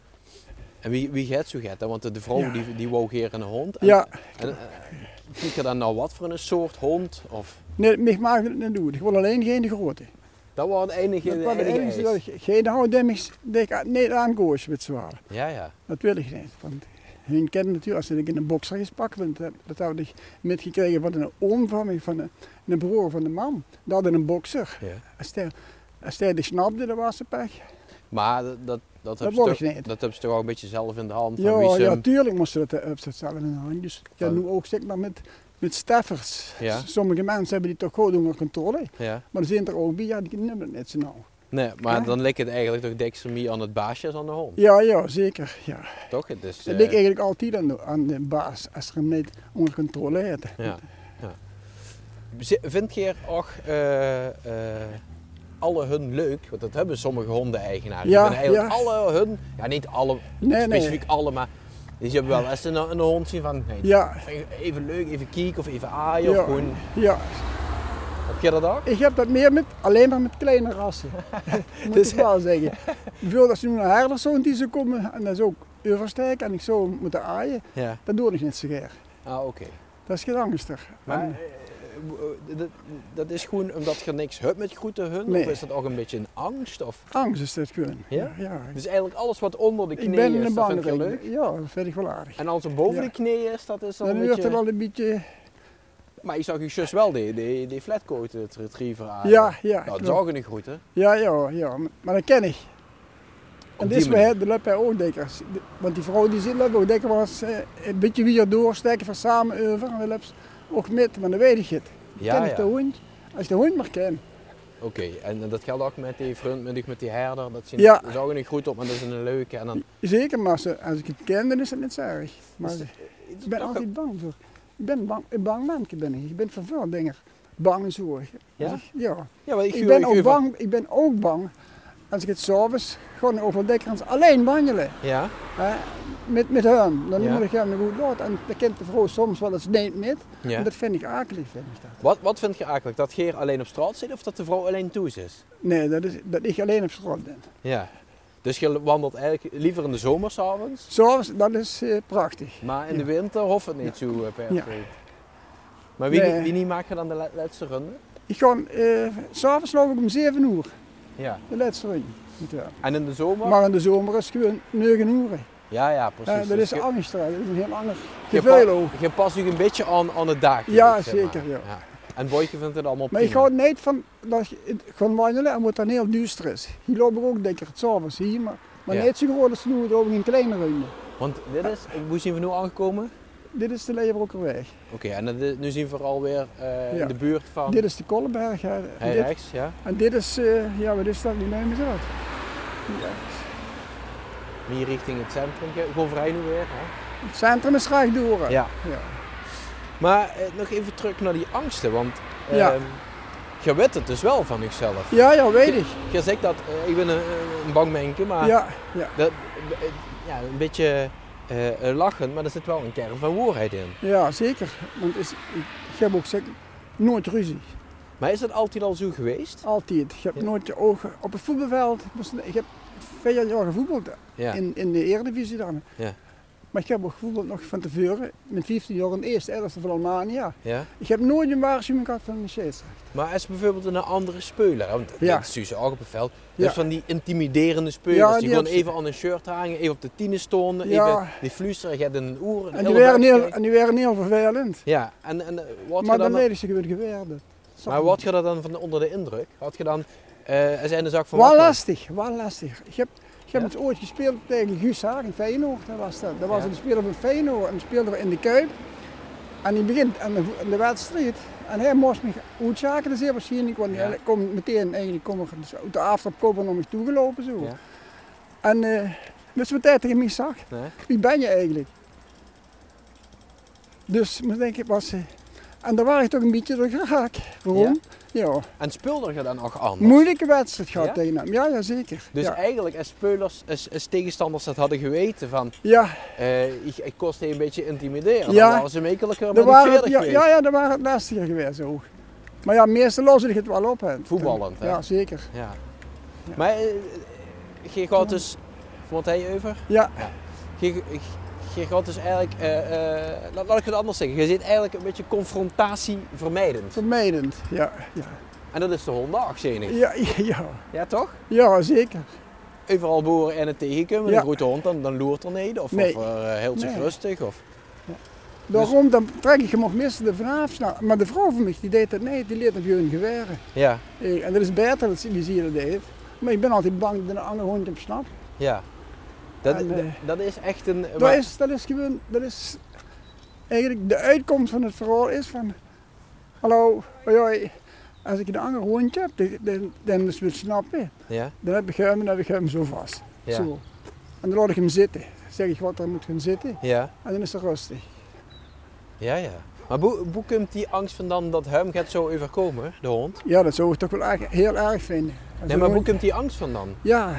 En wie, wie gaat zo gaat, hè? Want de, de vrouw Ja. die, die wou geer een hond. En, ja. En, uh, vind je dan nou wat voor een soort hond? Of, Nee, ik mag het niet doen. Ik wil alleen geen grote. dat was het enige, Dat de was het enige enige eis. dat ik geen houden dat ik niet aankoos met zwaar. Ja, ja. Dat wil ik niet. Want hun kennen natuurlijk, als ik in een bokser gespakt ben, dat, dat had ik metgekregen van een oom van mij, van een, een broer van de man. Dat had een bokser. ja. Als hij, als hij die snapte, dan was ze pech. Maar dat, dat, dat, hebben word ze ik toch, niet. dat hebben ze toch ook een beetje zelf in de hand. Van wie Ja, ze ja, hem- tuurlijk moest ze dat op zichzelf in de hand. Dus ik heb Van- nu ook zeg maar met, met steffers. Ja. Sommige mensen hebben die toch goed onder controle. ja. Maar er zijn er ook bij, ja, die nemen het net zo nauw. Nee, maar Ja. dan lijkt het eigenlijk toch dik meer aan het baasje als aan de hond. Ja, ja, zeker. Ja. Toch? Het is, Dat eh, ligt eigenlijk altijd aan de, aan de baas, als er hem niet onder controle heeft. ja, ja. Z- Vind je er ook eh, eh, alle hun leuk? Want dat hebben sommige hondeneigenaren. Ja, Die vinden eigenlijk ja. alle hun, ja niet alle, Nee, nee. specifiek alle, maar die hebben wel eens een, een hond zien van nee, Ja, even leuk, even kieken of even aaien Ja. of gewoon. ja. Heb je dat ook? Ik heb dat meer met, alleen maar met kleine rassen. Moet Dus- ik wel zeggen. Veel als er nu een herderzoon die ze komen, en dat is ook overstijk en ik zo moeten aaien, Ja. dat doe ik niet zo graag. Ah, oké. Dat is geen angstig. Maar En- eh, dat, dat is gewoon omdat je niks hebt met grote hun? Nee. Of is dat ook een beetje een angst? Of? angst is dat gewoon. Ja? ja. Dus eigenlijk alles wat onder de Ik knie ben is, een dat vind je leuk? bangerik. Ja, dat vind ik wel aardig. En als er boven Ja. de knie is, dat is dan Dan een hoort beetje... er wel een beetje. Maar je zag je zus wel die, die, die flatcoated retriever aan. Ja, ja. Nou, dat klopt. zag je niet goed, hè? Ja, ja, ja. Maar dat ken ik. En die dit is manier. bij de lup hij ook dikwijls. Want die vrouw die zit lup ook dikwijls eh, een beetje weer doorsteken van samen over. En dan lup ze ook met, maar dan weet ik het. Ja, ken ik ja. de hond. Als je de hond maar kent. Oké, en dat geldt ook met die vriend, met die, met die herder. Dat zien, Ja. dat zag je niet goed op, maar dat is een leuke. En dan, Zeker, maar als, als ik het ken, dan is het niet zo erg. Maar Is- ik is ben toch- altijd bang voor. Ik ben bang, een bang mannetje ben ik. Ik ben voor veel dingen bang en zo. Ja? Als ik- ja. Ja, maar ik, Ik ben ik- ook ik- bang, ik ben ook bang als ik het s'avonds gewoon over dekkerens alleen wandelen. Ja, Hè, met, met hem. Dan Ja. moet ik hem goed laten. En dat kent de vrouw soms wel eens niet met. ja. En dat vind ik akelig, vind ik dat. Wat, wat vind je eigenlijk? Dat Geer alleen op straat zit of dat de vrouw alleen thuis is? Nee, dat is dat ik alleen op straat ben. Ja. Dus je wandelt eigenlijk liever in de zomer s'avonds, S'avonds, dat is eh, prachtig. maar in Ja. de winter hoeft het niet zo eh, per Ja. se. Maar wie, Nee. wie niet maakt je dan de la- laatste ronde? Ik ga, eh, s'avonds loop ik om zeven uur, Ja. de laatste ronde. met hem. En in de zomer? Maar in de zomer is het gewoon negen uur. Ja, ja, precies. Eh, dat Dus is je- angst, dat is een heel ander je, gevoel pa- ook. je past je een beetje aan, aan het dagje. Ja, zeg maar. zeker, ja. En Boyke vindt het allemaal Maar ik prima. ga niet van dat je het gaan wandelen en wat dan heel duister is. Hier loop ik ook dikker, s'avonds hier, maar, maar Ja. niet zo groot als nu, loop ik in kleine ruimte. Want dit is, hoe zijn we nu aangekomen? Dit is de Leeuwenbroekerweg. Oké, en dat is- nu zien we alweer uh, Ja. in de buurt van Dit is de Kollenberg. hè. En, hij dit, rechts, ja. en dit is, eh, ja, wat is dat? Die nemen ze dat. Ja. Hier richting het centrum. Gewoon vrij nu weer. Hè? Het centrum is graag door. hè. Ja. Ja. Maar eh, nog even terug naar die angsten, want Ja. ehm, je weet het dus wel van jezelf. Ja, ja, weet ik. Je zegt dat, eh, ik ben een, een bang manneke, maar Ja, ja. dat, eh, ja, een beetje eh, eh, lachen, maar er zit wel een kern van waarheid in. Ja, zeker. Want is, ik heb ook zeg, nooit ruzie. Maar is dat altijd al zo geweest? Altijd. Ik heb Ja. nooit je ogen op het voetbalveld. Ik heb vijf jaar gevoetbald Ja. in, in de Eredivisie dan. Ja. Maar ik heb ook gevoetbald nog van tevoren. Met vijftien jaar in de eerste elfte van Almania. Ja. Ik heb nooit een waarschuwing gehad van de scheidsrechter. Maar als bijvoorbeeld een andere speler, want Ja. dat is ook op het veld, Ja. dus van die intimiderende spelers Ja, die, die gewoon heb- even aan een shirt hangen, even op de tienen stonden, Ja. even die fluisteren, je hebt een oer, een En die, hele waren heel, wedstrijd. en die waren heel vervelend. Ja, en, en eh, wat Maar je dan dan, leidde ze gewoon geweerd. maar wat je er dan van onder de indruk? Had je dan, eh zijn de zak van Wel Wakman? lastig, wel lastig. Ik heb, ik heb Ja? eens ooit gespeeld tegen Guus Haag in Feyenoord. Dat was, dat. dat was Ja. een speler van Feyenoord en die speelde we in de Kuip. En die begint aan de, aan de wedstrijd. En hij moest me uitschakelen zeer waarschijnlijk, want Ja. hij komt meteen eigenlijk kom ik, dus uit de aftrap komen naar me toegelopen. Zo. Ja. En uh, dus wat hij tegen mij zag, Nee? wie ben je eigenlijk? Dus maar denk ik was. Uh, en daar was ik toch een beetje door geraakt. Waarom? Ja. En speelde je dan ook anders? Moeilijke wedstrijd gehad Ja? tegen hem. Ja, ja zeker. Dus ja. eigenlijk als spelers, als, als tegenstanders dat hadden geweten van, Ja, eh ik, ik kost je een beetje intimideren, Ja. dan waren ze makkelijker daar met waren, verder ja, geweest. ja, ja, daar waren het lastiger geweest ook. Maar ja, meestal lossen ik het wel op. Hè. Voetballend, hè? Ja, zeker. Ja. Maar eh, je gaat dus, vond hij over? Ja, Je, je gaat dus eigenlijk, eh, eh, laat, laat ik het anders zeggen, je zit eigenlijk een beetje confrontatievermijdend. vermijdend. Ja, ja. En dat is de hondendag, zeker. Ja, ja, ja. Ja, toch? Ja, zeker. Overal boeren en het tegenkomen, Ja. een grote hond, dan, dan loert er niet, of, Nee. of uh, heel zich Nee. rustig. Of... Daarom dan trek ik hem ook meestal de vanaf. Nou, maar de vrouw van mij, die deed dat niet, die leert op hun geweren. Ja, Eh, En dat is beter dat ze die zie dat deed. Maar ik ben altijd bang dat een ander hond hem snapt. ja. Dat, En, dat, eh, dat is echt een... Dat maar- is, dat is gewoon, dat is eigenlijk de uitkomst van het verhaal is van, hallo, hoi, hoi. Als ik een ander hondje heb, dan, dan, dan is het snappen. Ja, Dan heb ik hem, dan heb ik hem zo vast. ja, Zo. En dan laat ik hem zitten. Dan zeg ik wat er moet gaan zitten ja, en dan is het rustig. ja, ja. Maar hoe, hoe komt die angst vandaan dat hem gaat zo overkomen, de hond? Ja, dat zou ik toch wel erg, heel erg vinden. Als Nee, een maar hoe hond- komt die angst vandaan? Ja,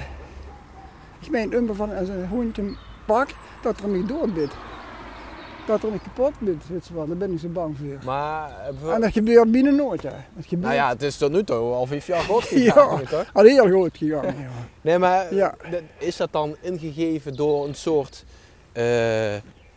ik meen een van als een hondje pak, dat er niet doorbidt. Dat er niet kapot bidt, weet je wel, daar ben ik zo bang voor. Maar, eh, bijvoorbeeld- En dat gebeurt binnen nooit, hè. Dat gebeurt nou ja, het is tot nu toe al vijf jaar goed Ja. gegaan, weet je toch? al heel goed gegaan. Ja. Nee, maar Ja. dat- is dat dan ingegeven door een soort eh, eh,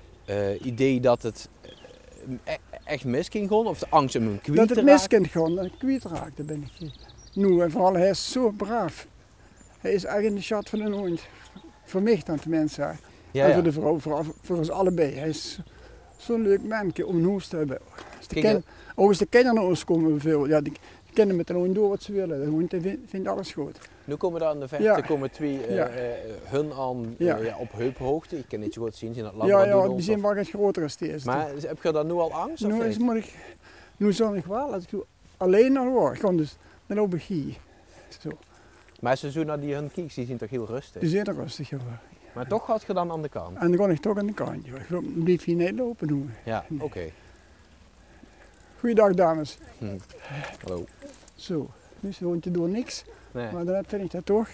idee dat het eh, e- echt mis ging gaan? Of de angst om hem kwijt Dat te het raken? mis kan gaan, dat ik kwijt raak, daar ben ik nu. En vooral, hij is zo braaf. Hij is echt in de schat van een hond. Voor mij dan tenminste. hè. Ja, en ja. voor de vrouw, voor, voor ons allebei. Hij is zo'n leuk mannetje om een huis te hebben. Als de Kijk, ken, ook als de kinderen naar ons komen, veel, ja, die kennen met een hond door wat ze willen. De hond vindt, vindt alles goed. Nu komen daar in de verte Ja. komen twee eh, Ja. eh, hun aan Ja. eh, ja, op heuphoogte. Ik kan niet zo goed zien, zien dat Ja, labradoodles ja, die zijn of- wel iets groter als die is. Maar heb je dan nu al angst? Of nu, is, niet? moet ik, nu zal ik wel, als ik zo alleen naar hoor, ik kan dus, dan loop ik hier. Zo, Maar als je zo naar die hun kijkt, die zien toch heel rustig. die zijn er rustig over. Maar toch gaat je dan aan de kant. En dan ga ik toch aan de kant. joh. Ik loop- blijf hier niet lopen nu. Ja, oké. Goeiedag dames. Hm. Hallo. Zo, nu is het hondje door niks, Nee. maar dan vind ik dat toch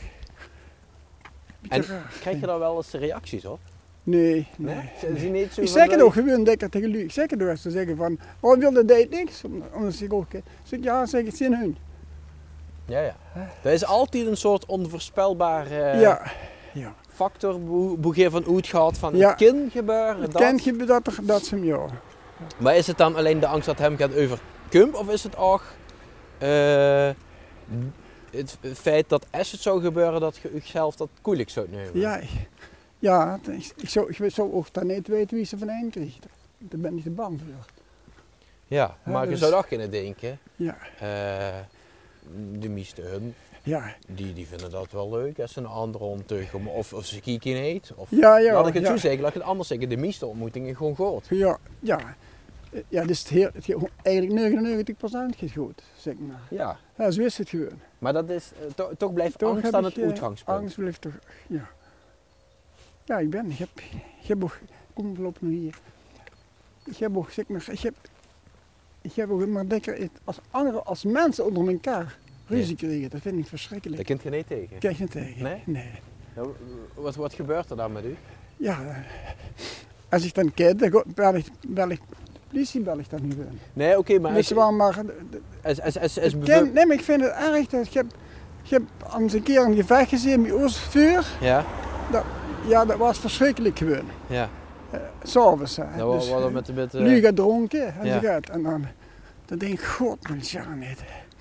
een beetje En raar. krijg je daar wel eens reacties op? Nee, Nee? nee. Zijn ze niet zo Ik van zeg het leuk? ook gewoon dikker tegen jullie. Ik zeg het ook als ze zeggen van, oh wil dat deed niks? Om- Omdat ik ook, ik zeg ja, zeg het zin hun. Ja, ja. Er is altijd een soort onvoorspelbare Ja, ja. factor hoe hoe je van uitgaat van Ja. het kan gebeuren. Het dat. kent je dat, er- dat ze hem ja. Maar is het dan alleen de angst dat hem gaat overkomen of is het ook eh, het feit dat als het zou gebeuren dat je jezelf dat koelijk zou nemen? Ja, ja het is- ik, zou, ik zou ook dan niet weten wie ze van hem krijgt. Daar ben ik te bang voor. Ja, maar je dus- zou ook kunnen denken, Ja, eh, de meeste hun, ja, die, die vinden dat wel leuk als ze een andere hond tegenkomen of, of ze kijken niet. Of, ja, ja. laat ik het ja. zo zeggen, laat ik het anders zeggen, de meeste ontmoetingen gewoon goed. Ja, ja. Ja, dus het, heel, het gaat eigenlijk negenennegentig procent gaat goed, zeg maar. Ja, Ja, zo is het gewoon. maar dat is, eh, to- toch blijft Toch angst heb aan ik, het eh, uitgangspunt. Angst blijft toch, ja. Ja, ik ben, ik heb, ik heb ook, kom voorlopig nog hier. Ik heb ook, zeg maar, ik heb, ik heb ook maar dikker, als andere, als mensen onder elkaar ruzie krijgen, dat vind ik verschrikkelijk. Daar kunt je niet tegen. Kijk je tegen? Nee? Nee. Nou, wat, wat gebeurt er dan met u? Ja, eh, als ik dan kijk, dan go- bel ik, bel ik politie bel ik dat niet in. Nee, oké, maar... Dus Als, ze waren maar... als, als, als, als Ik bevu- ken, nee, maar ik vind het erg dat je hebt, je hebt eens een keer een gevecht gezien bij Oostvuur. Ja, Dat, ja, dat was verschrikkelijk gewoon. ja. S'avonds. hè. Dat Dus, was eh, dat met, met, Nu uh, gaat dronken en ja. ze gaat. En dan, dan denk ik, god, mijn ja niet.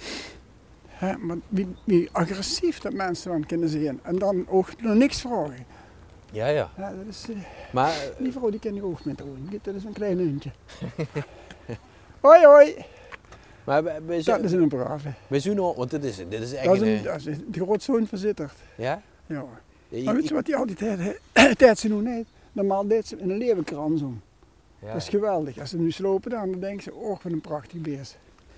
Hè, maar wie, wie agressief dat mensen dan kunnen zijn. En dan ook nog niks vragen. ja, ja. Ja, dat is, eh, Maar, uh, die vrouw die ken ik ook met doen. Dat is een klein hondje. Hoi hoi. maar bij, bij, Dat zo, is een brave. bij zo'n hond, want dit is, dit is echt Dat is, een... een, dat is de grootzoon van Zittert. Ja? Ja. Je- Maar weet je- je wat hij altijd deed? Tijd ze nu niet. Normaal deed ze een leeuwenkrans om. ja. Dat is geweldig. Als ze nu slopen dan, dan denken ze, oh wat een prachtig beest.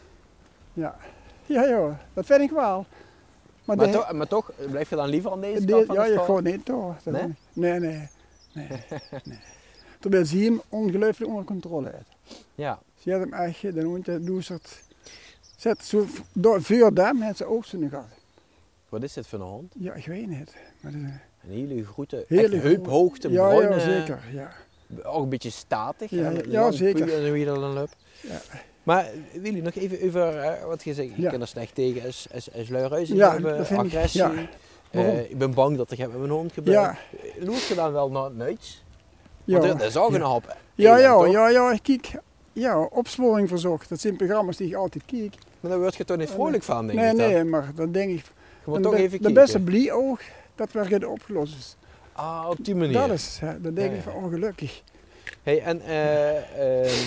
Ja. Ja, ja, dat vind ik wel. Maar, Maar, de- toch, maar toch, blijf je dan liever aan deze de- kant van ja, de je straat? gaat niet door. Dat Nee? vind ik- Nee, nee, nee. nee. Terwijl ze hem ongelooflijk onder controle heeft. Ja. Ze had hem echt, dan moet je doezert. Zet zo door vuur daar, heeft ze ook zo'n gehad. Wat is dit voor een hond? Ja, ik weet niet. Maar dat is een Een hele grote, hele echt heuphoogte, ja, bruine... ja, zeker. Ja. Ook een beetje statig. Ja, hè, ja, lang zeker. puur en hoe je dat dan loopt. Ja. Maar Willy, nog even over hè, wat je zegt. Je Ja. kan er slecht tegen is, is, is luiruizing Ja, hebben, dat vind ik, agressie. ja. Waarom? Eh, ik ben bang dat ik heb met mijn hond gebeurd. Ja. Loert je dan wel naar het nuits? Ja. Want er, er is ook ja. een hap. Ja, eland, ja, toch? ja, ja, ik kijk. Ja, opsporing verzocht. Dat zijn programma's die ik altijd kijk. Maar daar word je toch niet vrolijk van, denk nee, ik dan? nee, maar dan denk ik. Je moet dan toch ben- even dan kijken. best blij ook dat we het opgelost is. Ah, op die manier. Dat is, hè, dan denk Ja, ik ja. van ongelukkig. Hey, en eh, ehm,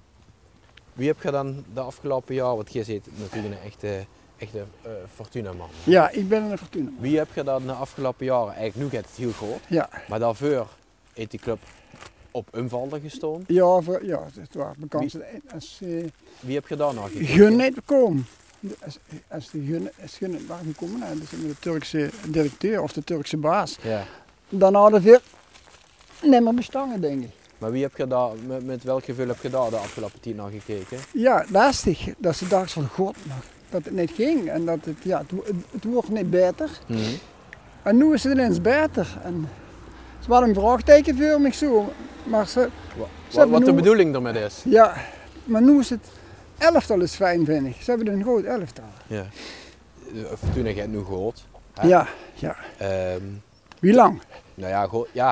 wie heb je dan de afgelopen jaar, want je zit natuurlijk een echte, echte eh, Fortuna-man. Ja, ik ben een Fortuna. Wie heb je dan de afgelopen jaren, eigenlijk nu gaat het heel groot, Ja, maar daarvoor heeft die club op invallen gestaan. ja, voor, ja, het was bekend. Als uh, Wie heb je daar nog gekeken? gun niet komen. Als, als de gun, als gun niet waar gekomen, nou, dus met de Turkse directeur of de Turkse baas, Ja. dan hadden we niet meer bestangen, denk ik. Maar wie heb je daar, met, met welk gevoel heb je daar de afgelopen tien naar gekeken? Ja, lastig. Dat ze dachten van god, maar dat het niet ging en dat het, ja, het, wo- het, het wordt niet beter. Mhm. En nu is het ineens beter. En ze hadden een vraagteken voor me zo, maar ze, Wa- Ze Wat, hebben wat de nu- bedoeling ermee is. ja, maar nu is het elftal is fijn, vind ik. Ze hebben een groot elftal. Ja. Eh, Fortuna gaat nu gehoord. Hè? Ja, ja. Ehm, Wie lang? nou ja, go- ja.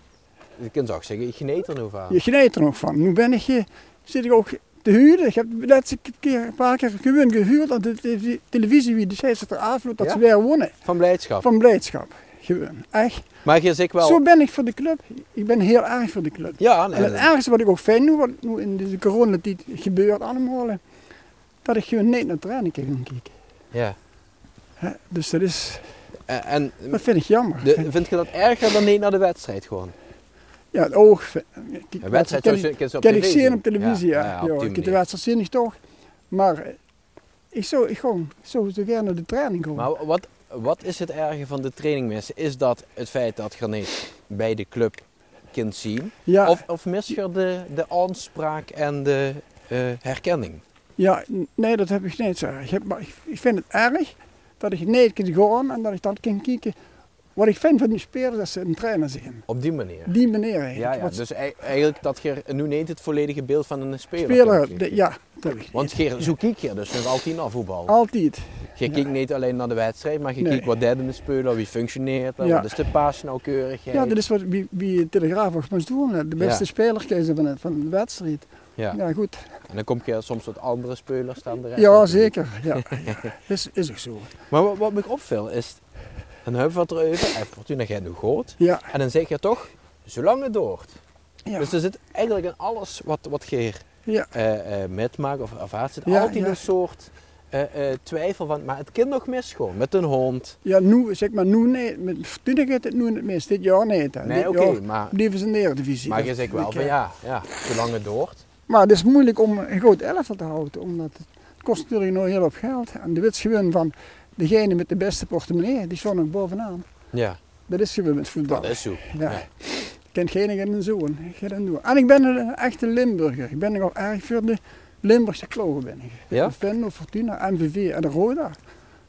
Je kunt ook zeggen, ik geniet er nu van. Je geniet er nog van. Nu ben ik, eh, zit ik ook te huren. Ik heb de laatste keer een paar keer gewoon gehuurd aan de te- televisie wie de scheidsrechter afloot dat Ja? ze weer wonnen. Van blijdschap. Van blijdschap. Gewoon. Echt. Maar je zegt wel... Zo ben ik voor de club. Ik ben heel erg voor de club. Ja, nee, En het nee. ergste wat ik ook fijn doe, wat nu in deze coronatijd gebeurt allemaal, eh, dat ik gewoon niet naar training kan gaan kijken. Ja. Hè, Dus dat is, En, en dat vind ik jammer. de, vind je dat erger dan niet naar de wedstrijd gewoon? Ja, het oog. vind- Een wedstrijd ken zoals ik- je ken ze op Ken tv ik zien zien. op televisie, ja. ja, op Ja, die ik heb de manier. wedstrijd zie ik toch. Maar eh, ik zou ik gewoon zo, zo gerne naar de training gaan. Maar wat, wat is het erge van de training missen? Is dat het feit dat je niet bij de club kunt zien? ja, Of, of mis je de, de aanspraak en de eh, herkenning? ja, n- nee, dat heb ik niet zo. Ik, heb, maar ik, ik vind het erg dat ik niet kan gaan en dat ik dan kan kijken. Wat ik vind van die spelers, dat ze een trainer zijn. Op die manier? Die manier eigenlijk. Ja, ja. Wat Dus ei- eigenlijk dat je nu niet het volledige beeld van een speler speler, kunt de- geven. ja, dat heb ik Want niet. je, zo kijk je dus nog altijd naar voetbal. Altijd. Je kijkt niet alleen naar de wedstrijd, maar je Nee. kijkt wat deed de speler, wie functioneert, er, Ja. wat is de paasnauwkeurigheid. Ja, dat is wat wie, wie de Telegraaf ook moest doen. hè. De beste Ja. speler kiezen van, de- van de wedstrijd. Ja. Ja, goed. En dan kom je soms wat andere spelers staan de rest Ja, natuurlijk. zeker. Ja, ja. Is, is ook zo. Maar wat, wat me opviel is, dan hebben we wat erover, en Fortuna gaat nu groot. Ja, En dan zeg je toch, zolang het doort. ja. Dus er zit eigenlijk in alles wat, wat je hier ja. eh, eh, metmaakt of ervaart, zit Ja, altijd ja. een soort eh, eh, twijfel van, maar het kind nog mis gewoon, met een hond. Ja, nu, zeg maar, nu niet. Met Fortuna gaat het nu niet mis. Dit jaar niet. Hè. Nee, Dit oké, jaar maar, blijven ze in de Eredivisie. maar Dat- je zegt wel ik, van eh, ja, ja, zolang het doort. Maar het is moeilijk om een groot elftal te houden. Omdat het, het kost natuurlijk nog heel veel geld. En de wit is gewoon van degene met de beste portemonnee, die staat nog bovenaan. Ja, Dat is gewoon met voetbal. dat is zo. Ja. Ja. Ik ken geen geen zoon. Ik ga dat doen. En ik ben een echte Limburger. Ik ben nogal erg voor de Limburgse klogen ben ik. Ja? Venlo, Fortuna, M V V en de Roda.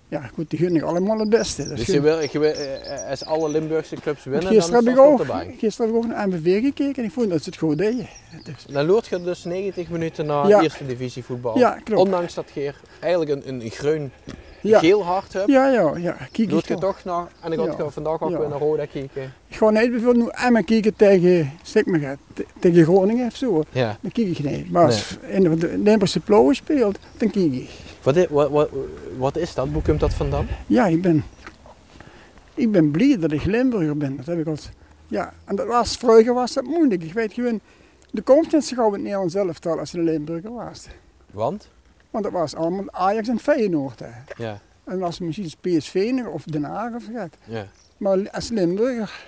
Ja, goed, die gun ik allemaal het beste. Dat Dus gun- je wil, je wil, eh, als alle Limburgse clubs winnen, dan Gisteren heb, staat ik het op ook, de bank. gisteren heb ik ook naar M V V gekeken en ik vond dat ze het goed deden. Dus, Dan loert je dus negentig minuten naar Ja. eerste divisie voetbal. Ja, klopt. Ondanks dat je hier eigenlijk een, een groen ja, geel hart hebt, ja, ja, ja. Kijk loert je eens toch naar, en ik had Ja. vandaag ook Ja. weer naar Roda kijken. Ik ga niet bijvoorbeeld nu Emmen kijken tegen, zeg maar, te- tegen Groningen of zo. Ja. Dan kijk ik niet. Maar als een de Limburgse ploegen speelt, dan kijk ik. Wat is, wat, wat, wat is dat? Hoe komt dat vandaan? Ja, ik ben, ik ben blij dat ik Limburger ben. Dat heb ik als, ja, en dat was, vroeger was dat moeilijk. Ik weet gewoon, de komt niet zo gauw in het Nederlands elftal als je een Limburger was. Want? Want dat was allemaal Ajax en Feyenoord. Hè. Ja. En als misschien P S V of Den Haag of wat. Ja. Maar als Limburger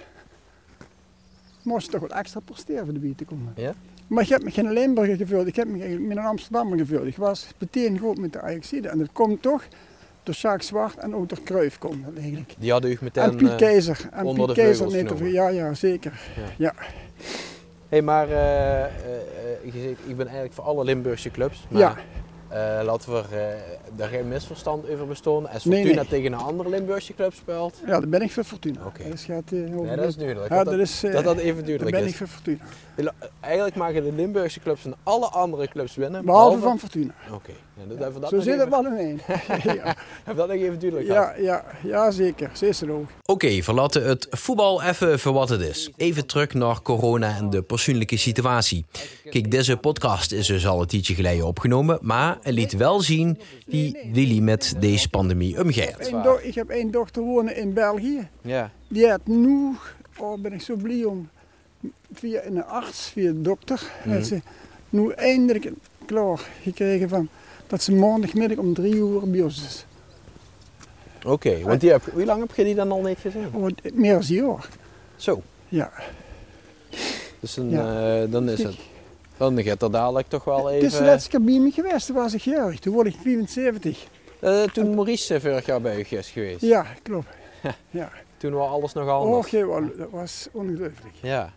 moest je toch wat extra presteren voor de bier te komen. Ja? Maar ik heb me geen Limburger gevuld, ik heb me eigenlijk met een Amsterdammer gevuld. Ik was meteen goed met de Ajaxide. En dat komt toch door Jacques Zwart en ook door Cruijff komt dat eigenlijk. Die hadden u meteen... En Piet eh, Keizer. En onder Piet de Keizer vleugels net over. genomen. Ja, ja, zeker. Ja. Ja. Hey, maar eh, eh, eh, je zegt, ik ben eigenlijk voor alle Limburgse clubs. Maar Ja. eh, laten we er, eh, daar geen misverstand over bestaan. Als Nee, Fortuna nee. tegen een andere Limburgse club speelt. Ja, daar ben ik voor Fortuna. Oké. Dat gaat, eh, over Nee, dat is duidelijk. Ja, dat, dat dat, is, eh, dat dat even daar duidelijk ben is. ik voor Fortuna. Eigenlijk maken de Limburgse clubs van alle andere clubs winnen. Behalve van Fortuna. Oké, ja, dat, even dat Zo nog zit het even, wel in één. ja. even dat nog even duidelijk gehad. Ja, ja, ja, zeker. Zo is het ook. Oké, verlaten het voetbal even voor wat het is. Even terug naar corona en de persoonlijke situatie. Kijk, deze podcast is dus al een tijdje geleden opgenomen, maar het liet wel zien wie Willy met deze pandemie omgaat. Eén do- ik heb één dochter wonen in België. Ja. Die had nu, oh ben ik zo blij om, via een arts, via een dokter, Mhm. dat ze nu eindelijk klaar gekregen van dat ze maandagmiddag om drie uur bij ons is. Oké, want die heb, hoe lang heb je die dan al niet gezien? Oh, meer dan een jaar. Zo, Ja. dus een, Ja. eh, dan is het. Dan gaat er dadelijk toch wel Het even... is de laatste keer bij me geweest, toen was ik jarig. Toen word ik vierenzeventig. Eh, toen Maurice vorig jaar bij u is geweest. Ja, klopt. Ja. Toen was alles nog anders. Och, jawel, dat was ongelooflijk. Ja.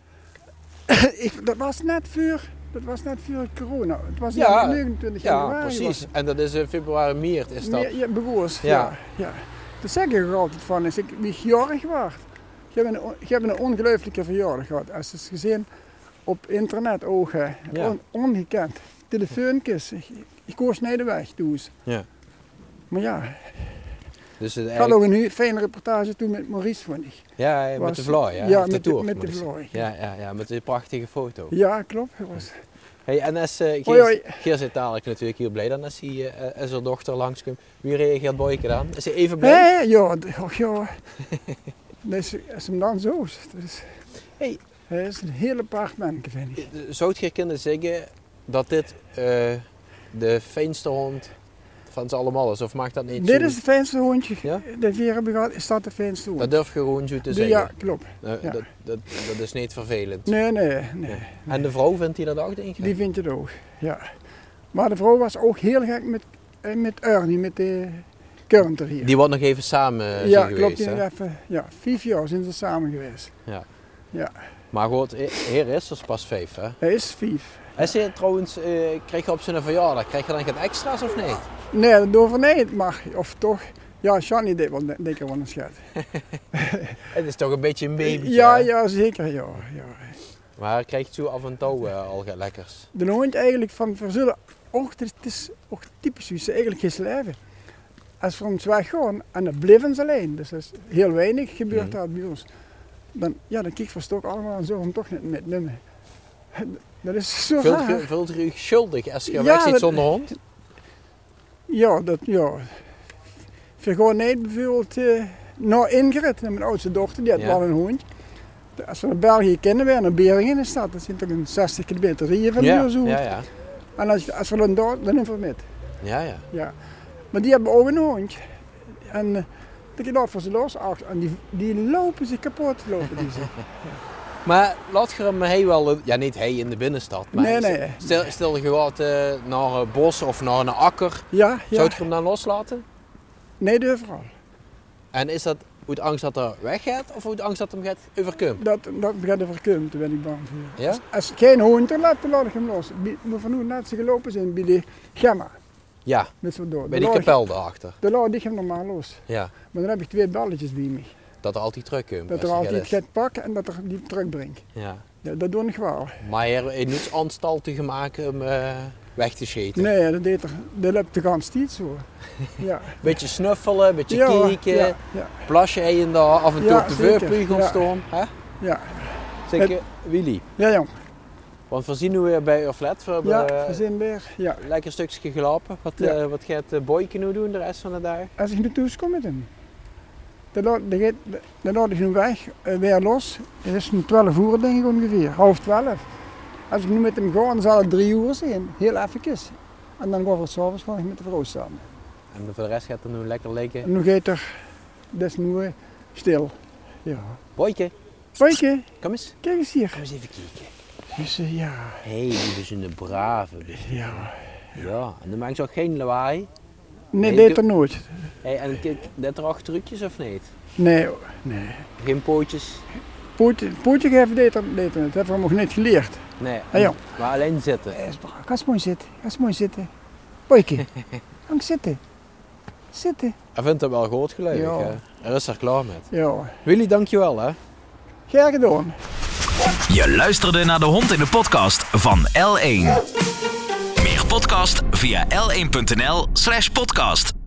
ik, dat was net voor, dat was net voor corona. Het was Ja, negenentwintig Ja, januari. was precies. het. En dat is in februari, maart is dat. Meer- Ja, begoos. Ja. Ja. Ja. Dat zeg ik er altijd van, als ik wie jarig was. Je hebt een, on- je hebt een ongelooflijke verjaardag gehad. Als je het gezien op internet ook, hè. Ja. On, ongekend. Telefoontjes. Ik, ik koos niet de weg toen. Ja. Maar ja, Dus het ik had ook eigenlijk... een fijne reportage toen met Maurice, vond ik. Ja, met Was- de vlooi, ja? Ja, Of de met de- tour, met moet de ik zeggen. vlooi. Ja, ja, ja, met die prachtige foto. Ja, klopt. Het was, Hey, en als uh, Hoi, Geer, hoi. Geer zit dadelijk natuurlijk heel blij dan als, hij, uh, als haar dochter langskomt. Wie reageert Boyke dan? Is hij even blij? Hé, ja, d- och, ja. Dat is, als hem dan zo is. Dat is Hey. Hij is een heel apart manneke, vind ik. Zou je kunnen zeggen dat dit uh, de fijnste hond van ze allemaal is? Of maakt dat niet Dit zo? is het fijnste hondje. Ja? Dat we hier hebben gehad, is dat de fijnste hond. Dat durf je gewoon zo te De- zeggen? ja, klopt. Nou, ja. Dat, dat, dat is niet vervelend. Nee, nee, nee. Ja. En de vrouw vindt hij dat ook, denk je? Die vindt het ook, ja. Maar de vrouw was ook heel gek met, eh, met Ernie, met de Kurnter hier. Die wordt nog even samen uh, ja, zijn klopt. geweest, Die hè? even, ja, vijf jaar zijn ze samen geweest. Ja. Ja. Maar goed, heer is er pas vijf, hè? Hij is vijf. Als je trouwens, uh, krijg je op zijn verjaardag, krijg je dan geen extra's of niet? Nee, dat doen we niet, maar of toch. Ja, Shani deed wel dikker van een schat. Het is toch een beetje een babytje, Ja, hè? ja, zeker, ja. ja. Maar hij krijgt zo af en toe uh, al wat lekkers. De hond eigenlijk van verzullen, och, het is, het is ook typisch wie ze eigenlijk geen leven. Als we ons weggaan en dan blijven ze alleen, dus dat is heel weinig gebeurt Mhm. dat bij ons. Dan, ja, dan kijk ik toch allemaal en zo om toch niet met nummer. Dat is zo Vult raar. je, vult je je schuldig als je Ja, weg zit dat- zonder hond? Ja, dat, ja. We gaan niet bijvoorbeeld uh, naar Ingrid, naar mijn oudste dochter, die had Ja. wel een hond. Als we naar België kennen, weer naar Beringen is dat, dat zijn toch een zestig kilometer rijden van Ja, hier zo. ja, ja. En als, als we dan daar, dan nemen we met. Ja, ja. Ja. Maar die hebben ook een hondje. En uh, dan gaat voor ze los achter. En die, die lopen zich kapot, lopen die ze. Maar laat je hem hij wel, ja niet hij in de binnenstad, maar Nee, nee. Stel, stel je gaat uh, naar een bos of naar een akker, Ja, ja. zou je hem dan loslaten? Nee, de overal. En is dat uit angst dat hij weggaat of uit angst dat hem gaat overkomen? Dat, dat gaat er verkomen, daar ben ik bang voor. Ja? Als, als geen hond er laat, dan laat ik hem los. Bij- Maar van hoe net ze gelopen zijn bij de Gemma. Ja, Dus we door. bij De die laat- kapel daarachter. De laat ik hem normaal los. Ja, Maar dan heb ik twee balletjes bij me. dat er altijd terug komt. Dat als er je altijd gaat gaat pakken en dat er die terugbrengt. Ja. Ja, dat doe ik wel. Maar je hebt niet anstalten gemaakt om uh, weg te scheten. Nee, dat deed er, dat loopt de gans niet zo. Ja. Beetje snuffelen, beetje Ja, kijken, ja, ja. plasje en daar af en toe Ja, op de zeker. veurplegel Ja. staan. Hè? Ja, Zeker, Willy. ja jong. Want we zien nu weer bij je flat. We hebben Ja, eh, we zijn weer. Ja. een lekker stukje gelopen. Wat, Ja. eh, wat gaat uh, Boyke nu doen de rest van de dag? Als ik nu thuis kom met hem, dan laat, dan gaat, dan laat ik nu weg, uh, weer los. Het is nu twaalf uur denk ik ongeveer, half twaalf. Als ik nu met hem ga, dan zal het drie uur zijn, heel eventjes. En dan gaan we het s'avonds gewoon met de vrouw samen. En voor de rest gaat er nu lekker liggen. En nu gaat er, dat is nu uh, stil. Ja. Boyke, Boyke, kom eens. kijk eens hier. Kom eens even kijken. Dus, uh, ja, Hé, hey, we zijn een brave. ja. Ja, en dan maakt ze ook geen lawaai. Nee, Nee, deed er nooit. Hey, en kijk, dit er acht trucjes of niet? Nee, nee. Geen pootjes? Pootje, pootje geven deed er, deed er niet. Dat hebben we nog niet geleerd. Nee, Hé, jong. maar alleen zitten. Eh, Ga eens mooi zitten. Ga eens mooi zitten. Boyke, ga eens zitten. Zitten. Hij vindt het wel goed gelukkig. Ja. hè? Hij is er klaar met. Ja. Willy, dankjewel hè. Graag gedaan. Je luisterde naar de Hond in de podcast van L één. Meer podcast via l één punt n l slash podcast.